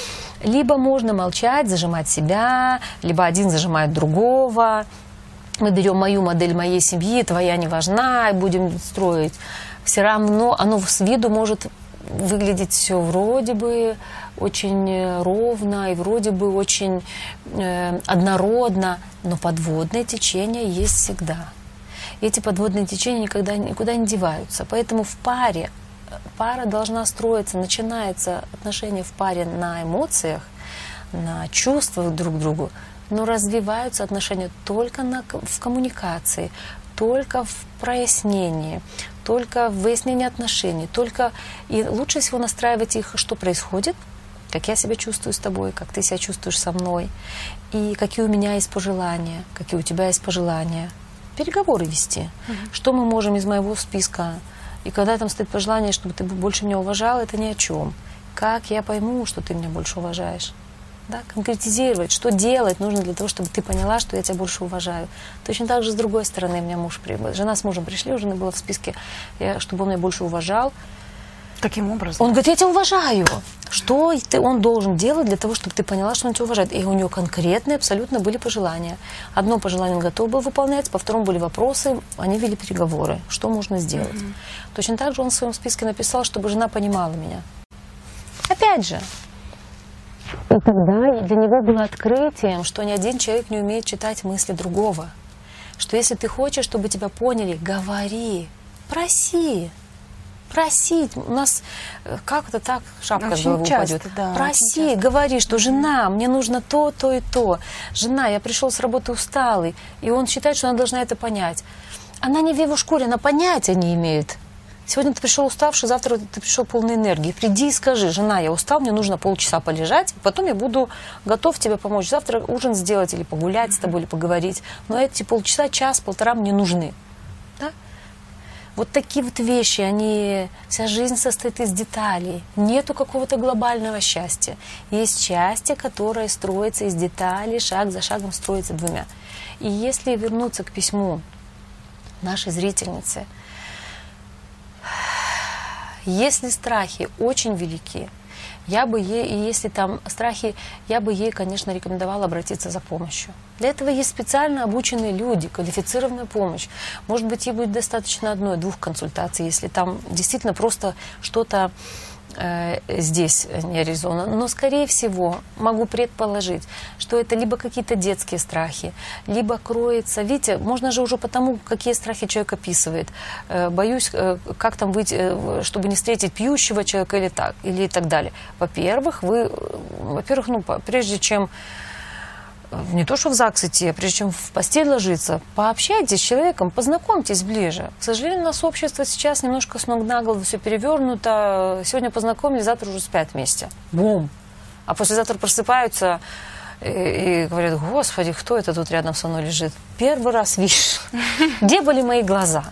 S2: Либо можно молчать, зажимать себя, либо один зажимает другого. Мы берем мою модель моей семьи, твоя не важна, и будем строить. Все равно оно с виду может выглядеть все вроде бы очень ровно и вроде бы очень э, однородно, но подводные течения есть всегда. И эти подводные течения никогда никуда не деваются. Поэтому в паре пара должна строиться, начинается отношения в паре на эмоциях, на чувствах друг к другу, но развиваются отношения только на, в коммуникации, только в прояснении, только в выяснении отношений, только и лучше всего настраивать их, что происходит, как я себя чувствую с тобой, как ты себя чувствуешь со мной, и какие у меня есть пожелания, какие у тебя есть пожелания. Переговоры вести. Mm-hmm. Что мы можем из моего списка. И когда там стоит пожелание, чтобы ты больше меня уважал, это ни о чем. Как я пойму, что ты меня больше уважаешь? Да? Конкретизировать, что делать нужно для того, чтобы ты поняла, что я тебя больше уважаю. Точно так же с другой стороны у меня муж прибыл. Жена с мужем пришли, у жены было в списке, чтобы он меня больше уважал.
S1: Каким образом?
S2: Он говорит: я тебя уважаю. Что ты, он должен делать для того, чтобы ты поняла, что он тебя уважает? И у него конкретные абсолютно были пожелания. Одно пожелание он готов был выполнять, по второму были вопросы, они вели переговоры. Что можно сделать? Mm-hmm. Точно так же он в своем списке написал, чтобы жена понимала меня. Опять же. И тогда для него было открытием, что ни один человек не умеет читать мысли другого. Что если ты хочешь, чтобы тебя поняли, говори, проси. Просить. У нас как-то так шапка с головы упадет. Да, проси, говори, что жена, мне нужно то, то и то. Жена, я пришел с работы усталый, и он считает, что она должна это понять. Она не в его шкуре, она понятия не имеет, Сегодня ты пришел уставший, завтра ты пришел полной энергии. Приди и скажи: жена, я устал, мне нужно полчаса полежать, потом я буду готов тебе помочь. Завтра ужин сделать или погулять с тобой, или поговорить. Но эти полчаса, час, полтора мне нужны. Да? Вот такие вот вещи, они... Вся жизнь состоит из деталей. Нету какого-то глобального счастья. Есть счастье, которое строится из деталей, шаг за шагом строится двумя. И если вернуться к письму нашей зрительницы, если страхи очень велики, я бы ей, и если там страхи, я бы ей, конечно, рекомендовала обратиться за помощью. Для этого есть специально обученные люди, квалифицированная помощь. Может быть, ей будет достаточно одной-двух консультаций, если там действительно просто что-то э, здесь не резонно. Но, скорее всего, могу предположить, что это либо какие-то детские страхи, либо кроется... Видите, можно же уже потому, какие страхи человек описывает. Э, боюсь, э, как там быть, э, чтобы не встретить пьющего человека или так, или и так далее. Во-первых, вы... Во-первых, ну, прежде чем... Не то, что в ЗАГС идти, а прежде чем в постель ложиться, пообщайтесь с человеком, познакомьтесь ближе. К сожалению, у нас общество сейчас немножко с ног на голову все перевернуто. Сегодня познакомились, завтра уже спят вместе. Бум! А послезавтра просыпаются и, и говорят: господи, кто это тут рядом со мной лежит? Первый раз вижу. Где были мои глаза?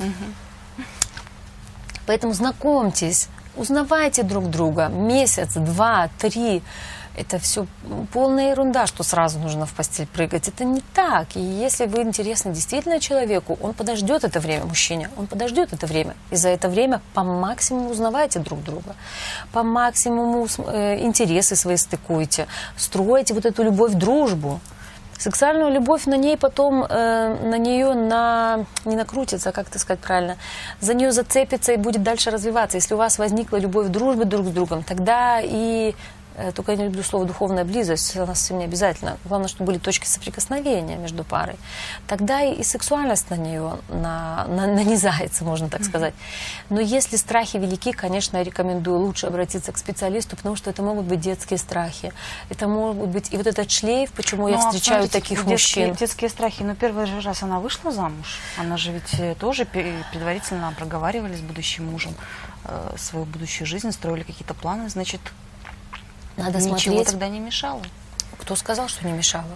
S2: Поэтому знакомьтесь, узнавайте друг друга. Месяц, два, три. Это все полная ерунда, что сразу нужно в постель прыгать. Это не так. И если вы интересны действительно человеку, он подождет это время, мужчине, он подождет это время. И за это время по максимуму узнавайте друг друга. По максимуму э, интересы свои стыкуйте. Стройте вот эту любовь, дружбу. Сексуальную любовь, на ней потом, э, на нее на, не накрутится, как это сказать правильно, за нее зацепится и будет дальше развиваться. Если у вас возникла любовь, дружба друг с другом, тогда и... Только я не люблю слово «духовная близость», она совсем не обязательно. Главное, чтобы были точки соприкосновения между парой. Тогда и сексуальность на нее на, на, нанизается, можно так сказать. Но если страхи велики, конечно, я рекомендую лучше обратиться к специалисту, потому что это могут быть детские страхи. Это могут быть... И вот этот шлейф, почему ну, я встречаю а таких
S1: детские,
S2: мужчин.
S1: Детские страхи. Но первый же раз она вышла замуж. Она же ведь тоже предварительно проговаривали с будущим мужем э, свою будущую жизнь, строили какие-то планы. Значит...
S2: Надо
S1: Ничего
S2: смотреть.
S1: тогда не мешало.
S2: Кто сказал, что не мешало?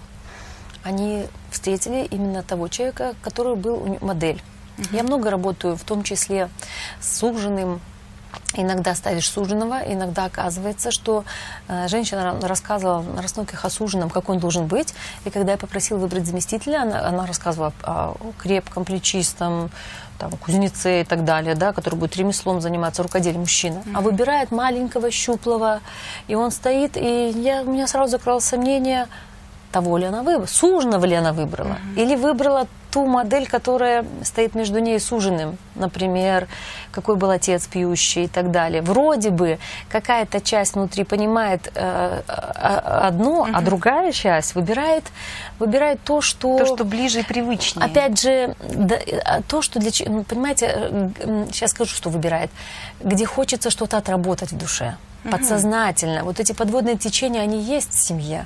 S2: Они встретили именно того человека, который был модель. Uh-huh. Я много работаю, в том числе с суженым. Иногда ставишь суженого, иногда оказывается, что э, женщина рассказывала на рассылках о суженом, как он должен быть. И когда я попросила выбрать заместителя, она, она рассказывала о, о крепком, плечистом, там, кузнеце и так далее, да, который будет ремеслом заниматься, рукоделием мужчина. Mm-hmm. А выбирает маленького, щуплого, и он стоит, и я, у меня сразу закралось сомнение, того ли она выбрала, суженого ли она выбрала, mm-hmm. или выбрала ту модель, которая стоит между ней и суженым. Например, какой был отец пьющий и так далее. Вроде бы какая-то часть внутри понимает э, одно, mm-hmm. а другая часть выбирает, выбирает то, что...
S1: То, что ближе и привычнее.
S2: Опять же, да, то, что для... Ну, понимаете, сейчас скажу, что выбирает. Где хочется что-то отработать в душе. Подсознательно. Вот эти подводные течения, они есть в семье.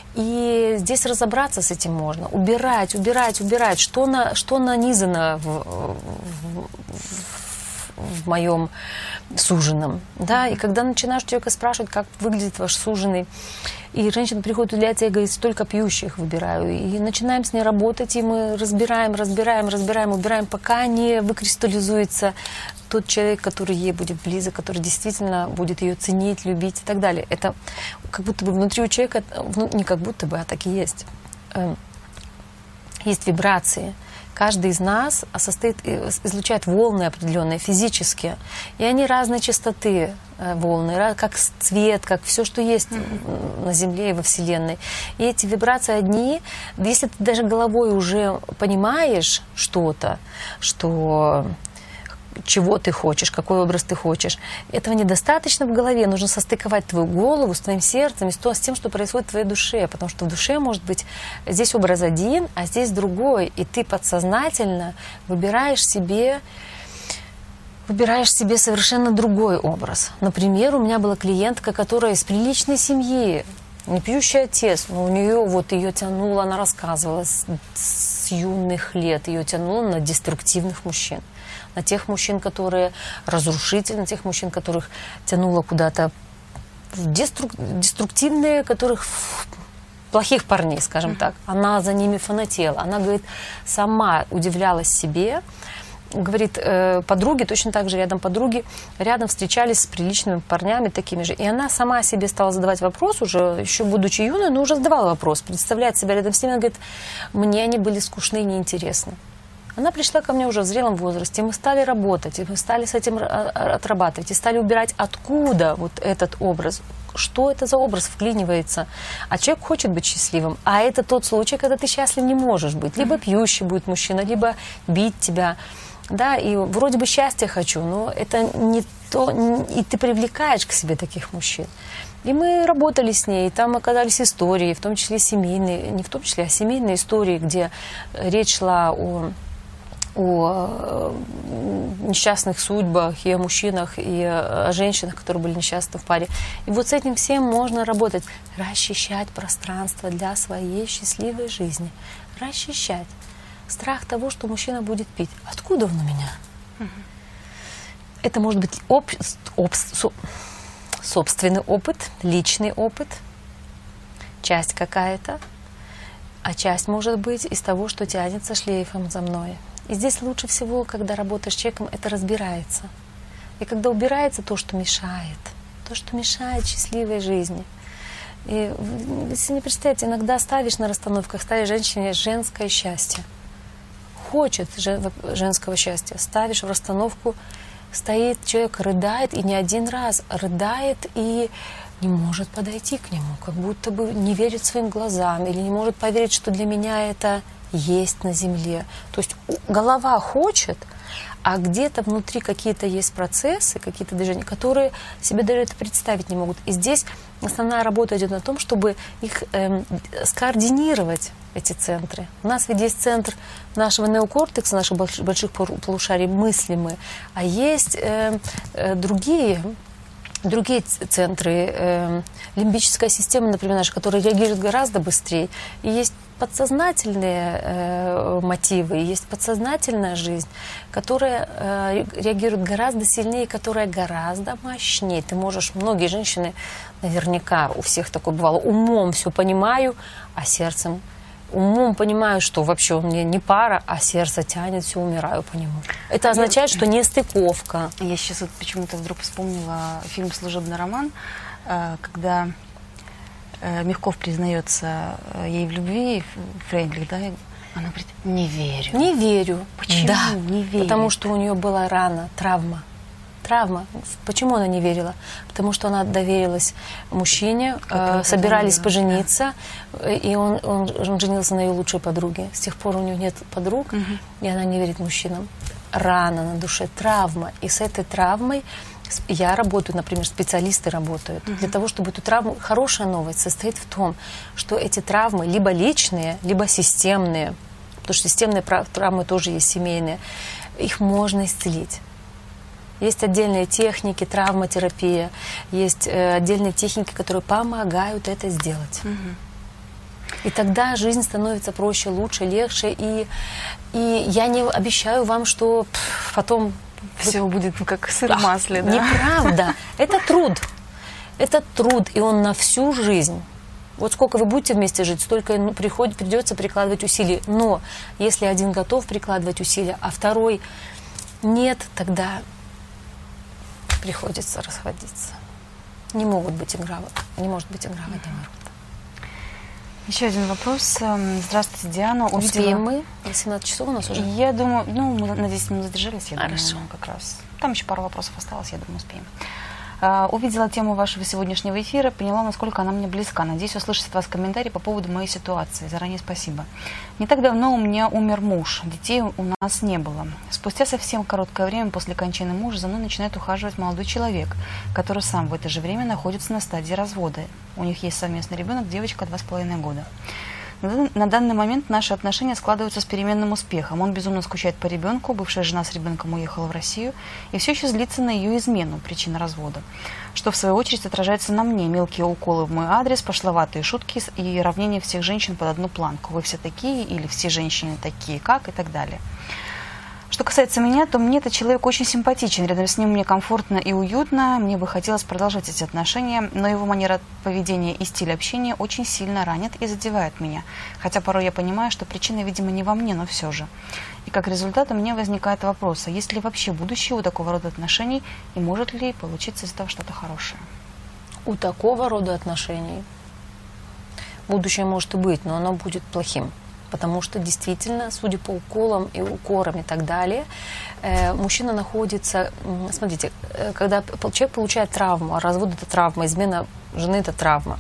S2: И здесь разобраться с этим можно. Убирать, убирать, убирать. Что, на, что нанизано в, в, в моем суженом. Да? И когда начинаешь человека спрашивать, как выглядит ваш суженый, и женщина приходит, удивляется, я говорю, столько пьющих выбираю. И начинаем с ней работать, и мы разбираем, разбираем, разбираем, убираем, пока не выкристаллизуется тот человек, который ей будет близок, который действительно будет ее ценить, любить и так далее. Это как будто бы внутри у человека, ну, не как будто бы, а так и есть. Есть вибрации. Каждый из нас состоит, излучает волны определенные, физические. И они разной частоты волны, как цвет, как все, что есть mm-hmm. на Земле и во Вселенной. И эти вибрации одни, если ты даже головой уже понимаешь что-то, что... чего ты хочешь, какой образ ты хочешь. Этого недостаточно в голове. Нужно состыковать твою голову с твоим сердцем и с тем, что происходит в твоей душе. Потому что в душе может быть здесь образ один, а здесь другой. И ты подсознательно выбираешь себе, выбираешь себе совершенно другой образ. Например, у меня была клиентка, которая из приличной семьи. не пьющий отец, но у нее вот ее тянуло, она рассказывала с, с юных лет, ее тянуло на деструктивных мужчин. На тех мужчин, которые разрушительны, на тех мужчин, которых тянуло куда-то в деструк, деструктивные, которых плохих парней, скажем mm-hmm. так. Она за ними фанатела. Она, говорит, сама удивлялась себе. Говорит, э, подруги, точно так же рядом подруги, рядом встречались с приличными парнями такими же. И она сама себе стала задавать вопрос, уже еще будучи юной, но уже задавала вопрос, представляет себя рядом с ними. Она говорит, мне они были скучны и неинтересны. Она пришла ко мне уже в зрелом возрасте, и мы стали работать, и мы стали с этим отрабатывать, и стали убирать, откуда вот этот образ, что это за образ вклинивается. А человек хочет быть счастливым, а это тот случай, когда ты счастлив не можешь быть. Либо пьющий будет мужчина, либо бить тебя. Да, и вроде бы счастья хочу, но это не то, и ты привлекаешь к себе таких мужчин. И мы работали с ней, и там оказались истории, в том числе семейные, не в том числе, а семейные истории, где речь шла о... о несчастных судьбах, и о мужчинах, и о женщинах, которые были несчастны в паре. И вот с этим всем можно работать. Расчищать пространство для своей счастливой жизни. Расчищать. Страх того, что мужчина будет пить. Откуда он у меня? Угу. Это может быть об, об, со, собственный опыт, личный опыт, часть какая-то, а часть может быть из того, что тянется шлейфом за мной. И здесь лучше всего, когда работаешь с человеком, это разбирается. И когда убирается то, что мешает, то, что мешает счастливой жизни. И вы себе не представляете, иногда ставишь на расстановках, ставишь женщине женское счастье. Хочет женского счастья, ставишь в расстановку, стоит человек, рыдает, и не один раз рыдает, и не может подойти к нему, как будто бы не верит своим глазам, или не может поверить, что для меня это есть на земле. То есть голова хочет, а где-то внутри какие-то есть процессы, какие-то движения, которые себе даже это представить не могут. И здесь основная работа идет на том, чтобы их эм, скоординировать, эти центры. У нас ведь есть центр нашего неокортекса, наших больших полушарий мыслимые, а есть э, э, другие, другие центры, э, лимбическая система, например, наша, которая реагирует гораздо быстрее. И есть подсознательные э, мотивы, есть подсознательная жизнь, которая э, реагирует гораздо сильнее, которая гораздо мощнее. Ты можешь, многие женщины, наверняка у всех такое бывало, умом все понимаю, а сердцем умом понимаю, что вообще он мне не пара, а сердце тянет, все, умираю по нему. Это означает, что не стыковка.
S1: Я сейчас вот почему-то вдруг вспомнила фильм «Служебный роман», когда Мягков признается ей в любви, Фрейндлих, да, она говорит, не верю.
S2: Не верю.
S1: Почему
S2: да,
S1: не верю?
S2: Потому что у нее была рана, травма. Травма. Почему она не верила? Потому что она доверилась мужчине, э, собирались пожениться, да. и он, он, он женился на ее лучшей подруге. С тех пор у нее нет подруг, угу. и она не верит мужчинам. Рана на душе, травма. И с этой травмой я работаю, например, специалисты работают. Угу. Для того, чтобы эту травму... Хорошая новость состоит в том, что эти травмы либо личные, либо системные, потому что системные травмы тоже есть семейные, их можно исцелить. Есть отдельные техники, травматерапия, есть э, отдельные техники, которые помогают это сделать. Угу. И тогда жизнь становится проще, лучше, легче. И, и я не обещаю вам, что пфф, потом...
S1: Все вы... будет как сыр в масле, да?
S2: Неправда. Это труд. Это труд, и он на всю жизнь. Вот сколько вы будете вместе жить, столько ну, приходит, придется прикладывать усилий. Но если один готов прикладывать усилия, а второй нет, тогда... приходится расходиться. Не могут быть игра, не может быть игра в этом рода.
S1: Еще один вопрос. Здравствуйте, Диана.
S2: Увидела... Успеем мы? восемнадцать часов у нас уже?
S1: Я думаю, ну, мы на десять минут задержались, я
S2: Хорошо.
S1: думаю, как раз. Там еще пару вопросов осталось, я думаю, успеем. Uh, увидела тему вашего сегодняшнего эфира, поняла, насколько она мне близка. Надеюсь услышать от вас комментарий по поводу моей ситуации. Заранее спасибо. Не так давно у меня умер муж. Детей у нас не было. Спустя совсем короткое время после кончины мужа за мной начинает ухаживать молодой человек, который сам в это же время находится на стадии развода. У них есть совместный ребенок, девочка два с половиной года. На, на данный момент наши отношения складываются с переменным успехом. Он безумно скучает по ребенку, бывшая жена с ребенком уехала в Россию, и все еще злится на ее измену, причина развода. Что, в свою очередь, отражается на мне. Мелкие уколы в мой адрес, пошловатые шутки и равнение всех женщин под одну планку. Вы все такие, или все женщины такие, как, и так далее. Что касается меня, то мне этот человек очень симпатичен. Рядом с ним мне комфортно и уютно. Мне бы хотелось продолжать эти отношения, но его манера поведения и стиль общения очень сильно ранят и задевает меня. Хотя порой я понимаю, что причина, видимо, не во мне, но все же. И как результат у меня возникает вопрос, а есть ли вообще будущее у такого рода отношений и может ли получиться из этого что-то хорошее?
S2: У такого рода отношений будущее может и быть, но оно будет плохим. Потому что действительно, судя по уколам и укорам и так далее, э, мужчина находится... Смотрите, э, когда человек получает травму, а развод – это травма, измена жены – это травма.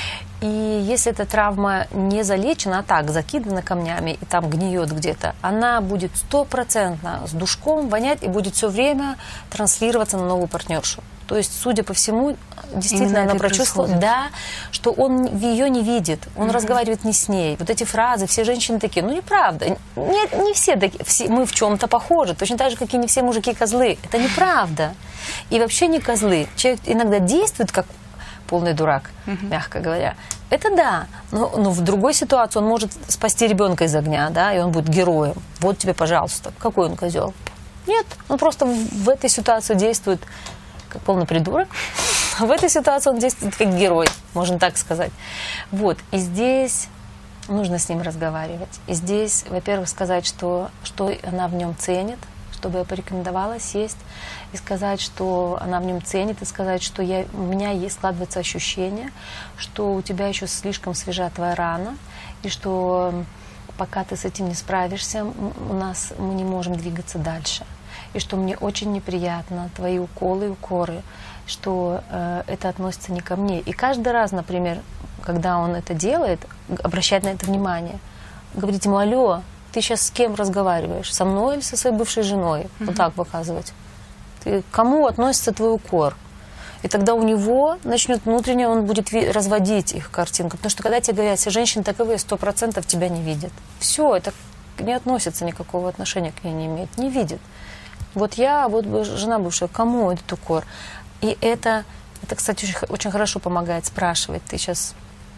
S2: И если эта травма не залечена, а так, закидана камнями и там гниет где-то, она будет стопроцентно с душком вонять и будет все время транслироваться на новую партнершу. То есть, судя по всему, действительно
S1: Именно
S2: она прочувствовала, да, что он ее не видит, он mm-hmm. разговаривает не с ней. Вот эти фразы, все женщины такие, ну неправда, не, не все такие, все, мы в чем-то похожи, точно так же, как и не все мужики козлы. Это неправда. И вообще не козлы. Человек иногда действует как полный дурак, mm-hmm. мягко говоря. Это да, но, но в другой ситуации он может спасти ребенка из огня, да, и он будет героем. Вот тебе, пожалуйста. Какой он козел? Нет, он просто в, в этой ситуации действует как полный придурок. В этой ситуации он действует как герой, можно так сказать. Вот, и здесь нужно с ним разговаривать. И здесь, во-первых, сказать, что, что она в нем ценит, чтобы я порекомендовала сесть и сказать, что она в нем ценит, и сказать, что я, у меня есть, складывается ощущение, что у тебя еще слишком свежа твоя рана, и что пока ты с этим не справишься, у нас, мы не можем двигаться дальше. И что мне очень неприятно твои уколы и укоры, что э, это относится не ко мне. И каждый раз, например, когда он это делает, обращать на это внимание, говорить ему: алло, ты сейчас с кем разговариваешь, со мной или со своей бывшей женой? Mm-hmm. Вот так показывать. Ты, к кому относится твой укор? И тогда у него начнет внутренне, он будет разводить их картинку. Потому что когда тебе говорят, все женщины таковые, сто процентов тебя не видят. Все, это не относится, никакого отношения к ней не имеет, не видит. Вот я, вот жена бывшая, кому этот укор? И это, это кстати, очень, очень хорошо помогает спрашивать. Ты сейчас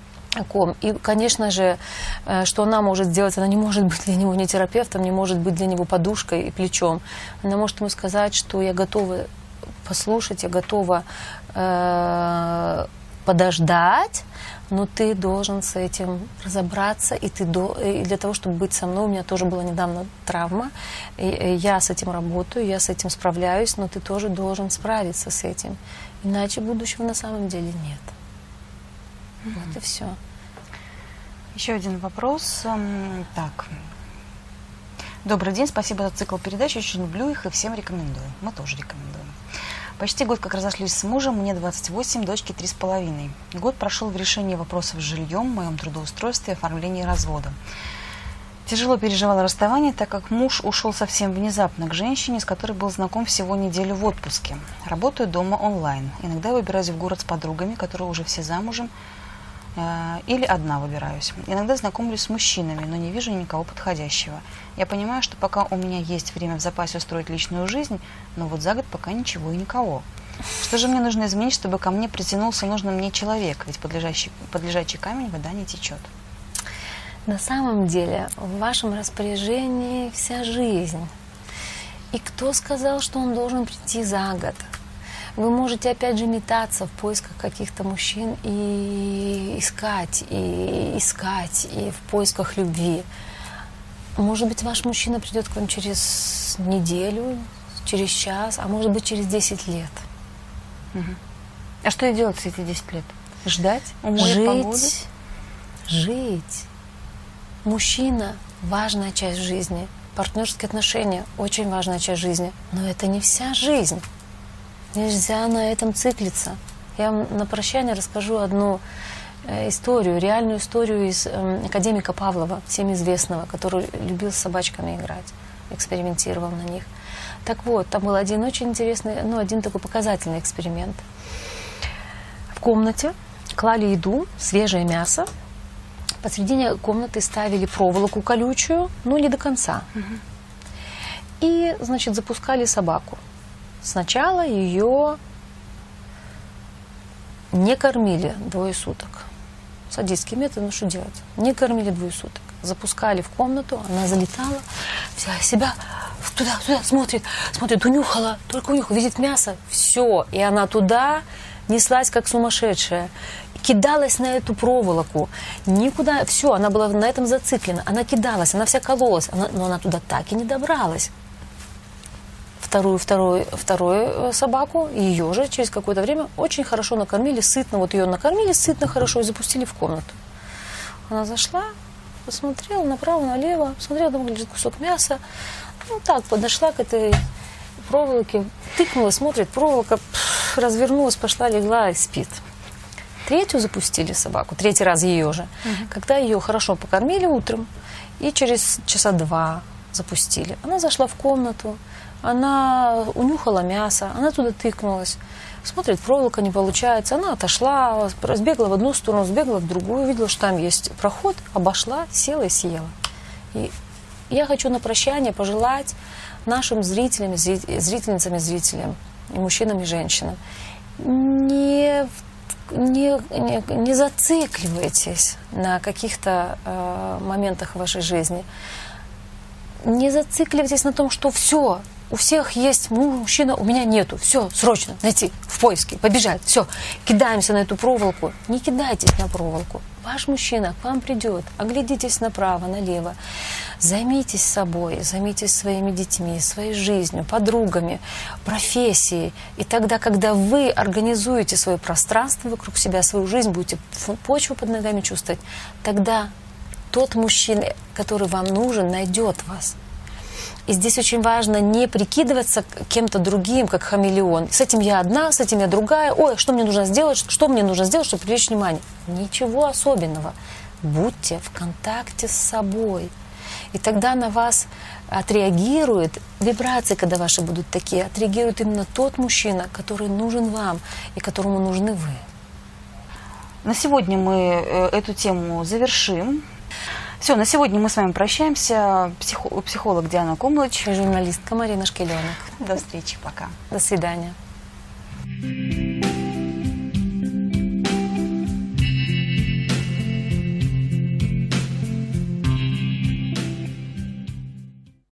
S2: о ком? И, конечно же, что она может сделать? Она не может быть для него не терапевтом, не может быть для него подушкой и плечом. Она может ему сказать, что я готова послушать, я готова э, подождать, но ты должен с этим разобраться, и, ты до... и для того, чтобы быть со мной, у меня тоже была недавно травма, и я с этим работаю, я с этим справляюсь, но ты тоже должен справиться с этим, иначе будущего на самом деле нет. Mm-hmm. Вот и все.
S1: Еще один вопрос. Так. Добрый день, спасибо за цикл передач, очень люблю их и всем рекомендую. Мы тоже рекомендуем. Почти год как разошлись с мужем, мне двадцать восемь, дочке три с половиной. Год прошел в решении вопросов с жильем, моем трудоустройстве, оформлении развода. Тяжело переживала расставание, так как муж ушел совсем внезапно к женщине, с которой был знаком всего неделю в отпуске. Работаю дома онлайн. Иногда выбираюсь в город с подругами, которые уже все замужем, или одна выбираюсь. Иногда знакомлюсь с мужчинами, но не вижу никого подходящего. Я понимаю, что пока у меня есть время в запасе устроить личную жизнь, но вот за год пока ничего и никого. Что же мне нужно изменить, чтобы ко мне притянулся нужный мне человек? Ведь под лежачий, под лежачий камень вода не течет.
S2: На самом деле в вашем распоряжении вся жизнь. И кто сказал, что он должен прийти за год? Вы можете опять же метаться в поисках каких-то мужчин и искать, и искать, и в поисках любви. Может быть, ваш мужчина придет к вам через неделю, через час, а может быть, через десять лет.
S1: Угу. А что делать с эти десять лет? Ждать?
S2: Жить. Жить. Мужчина – важная часть жизни. Партнерские отношения – очень важная часть жизни. Но это не вся жизнь. Нельзя на этом циклиться. Я вам на прощание расскажу одну э, историю, реальную историю из э, академика Павлова, всем известного, который любил с собачками играть, экспериментировал на них. Так вот, там был один очень интересный, ну, один такой показательный эксперимент. В комнате клали еду, свежее мясо, Посредине комнаты ставили проволоку колючую, но не до конца. Угу. И, значит, запускали собаку. Сначала ее не кормили двое суток. Садистский метод, ну что делать? Не кормили двое суток. Запускали в комнату, она залетала, вся себя туда, туда смотрит, смотрит, унюхала, только унюхала, видит мясо, все. И она туда неслась, как сумасшедшая. Кидалась на эту проволоку, никуда, все, она была на этом зациклена, она кидалась, она вся кололась, она, но она туда так и не добралась. Вторую, вторую, вторую собаку, ее же через какое-то время очень хорошо накормили, сытно, вот ее накормили сытно, хорошо, и запустили в комнату. Она зашла, посмотрела направо, налево, смотрела, там лежит кусок мяса, ну так, подошла к этой проволоке, тыкнула, смотрит, проволока, пфф, развернулась, пошла, легла и спит. Третью запустили собаку, третий раз ее же, угу. Когда ее хорошо покормили утром, и через часа два запустили. Она зашла в комнату, она унюхала мясо, она туда тыкнулась, смотрит, проволока не получается, она отошла, сбегала в одну сторону, сбегала в другую, увидела, что там есть проход, обошла, села и съела. И я хочу на прощание пожелать нашим зрителям, зрительницам и зрителям, и мужчинам, и женщинам, не, не, не, не зацикливайтесь на каких-то э, моментах вашей жизни, не зацикливайтесь на том, что все, у всех есть мужчина, у меня нету. Все, срочно найти, в поиске, побежать. Все, кидаемся на эту проволоку. Не кидайтесь на проволоку. Ваш мужчина к вам придет. Оглядитесь направо, налево. Займитесь собой, займитесь своими детьми, своей жизнью, подругами, профессией. И тогда, когда вы организуете свое пространство вокруг себя, свою жизнь, будете почву под ногами чувствовать, тогда тот мужчина, который вам нужен, найдет вас. И здесь очень важно не прикидываться кем-то другим, как хамелеон. С этим я одна, с этим я другая. Ой, что мне нужно сделать, что мне нужно сделать, чтобы привлечь внимание? Ничего особенного. Будьте в контакте с собой. И тогда на вас отреагирует, вибрации, когда ваши будут такие, отреагирует именно тот мужчина, который нужен вам и которому нужны вы.
S1: На сегодня мы эту тему завершим. Все, на сегодня мы с вами прощаемся. Психо- психолог Диана Кумлыч.
S2: И журналистка Марина Шкеленок.
S1: До встречи, пока.
S2: До свидания.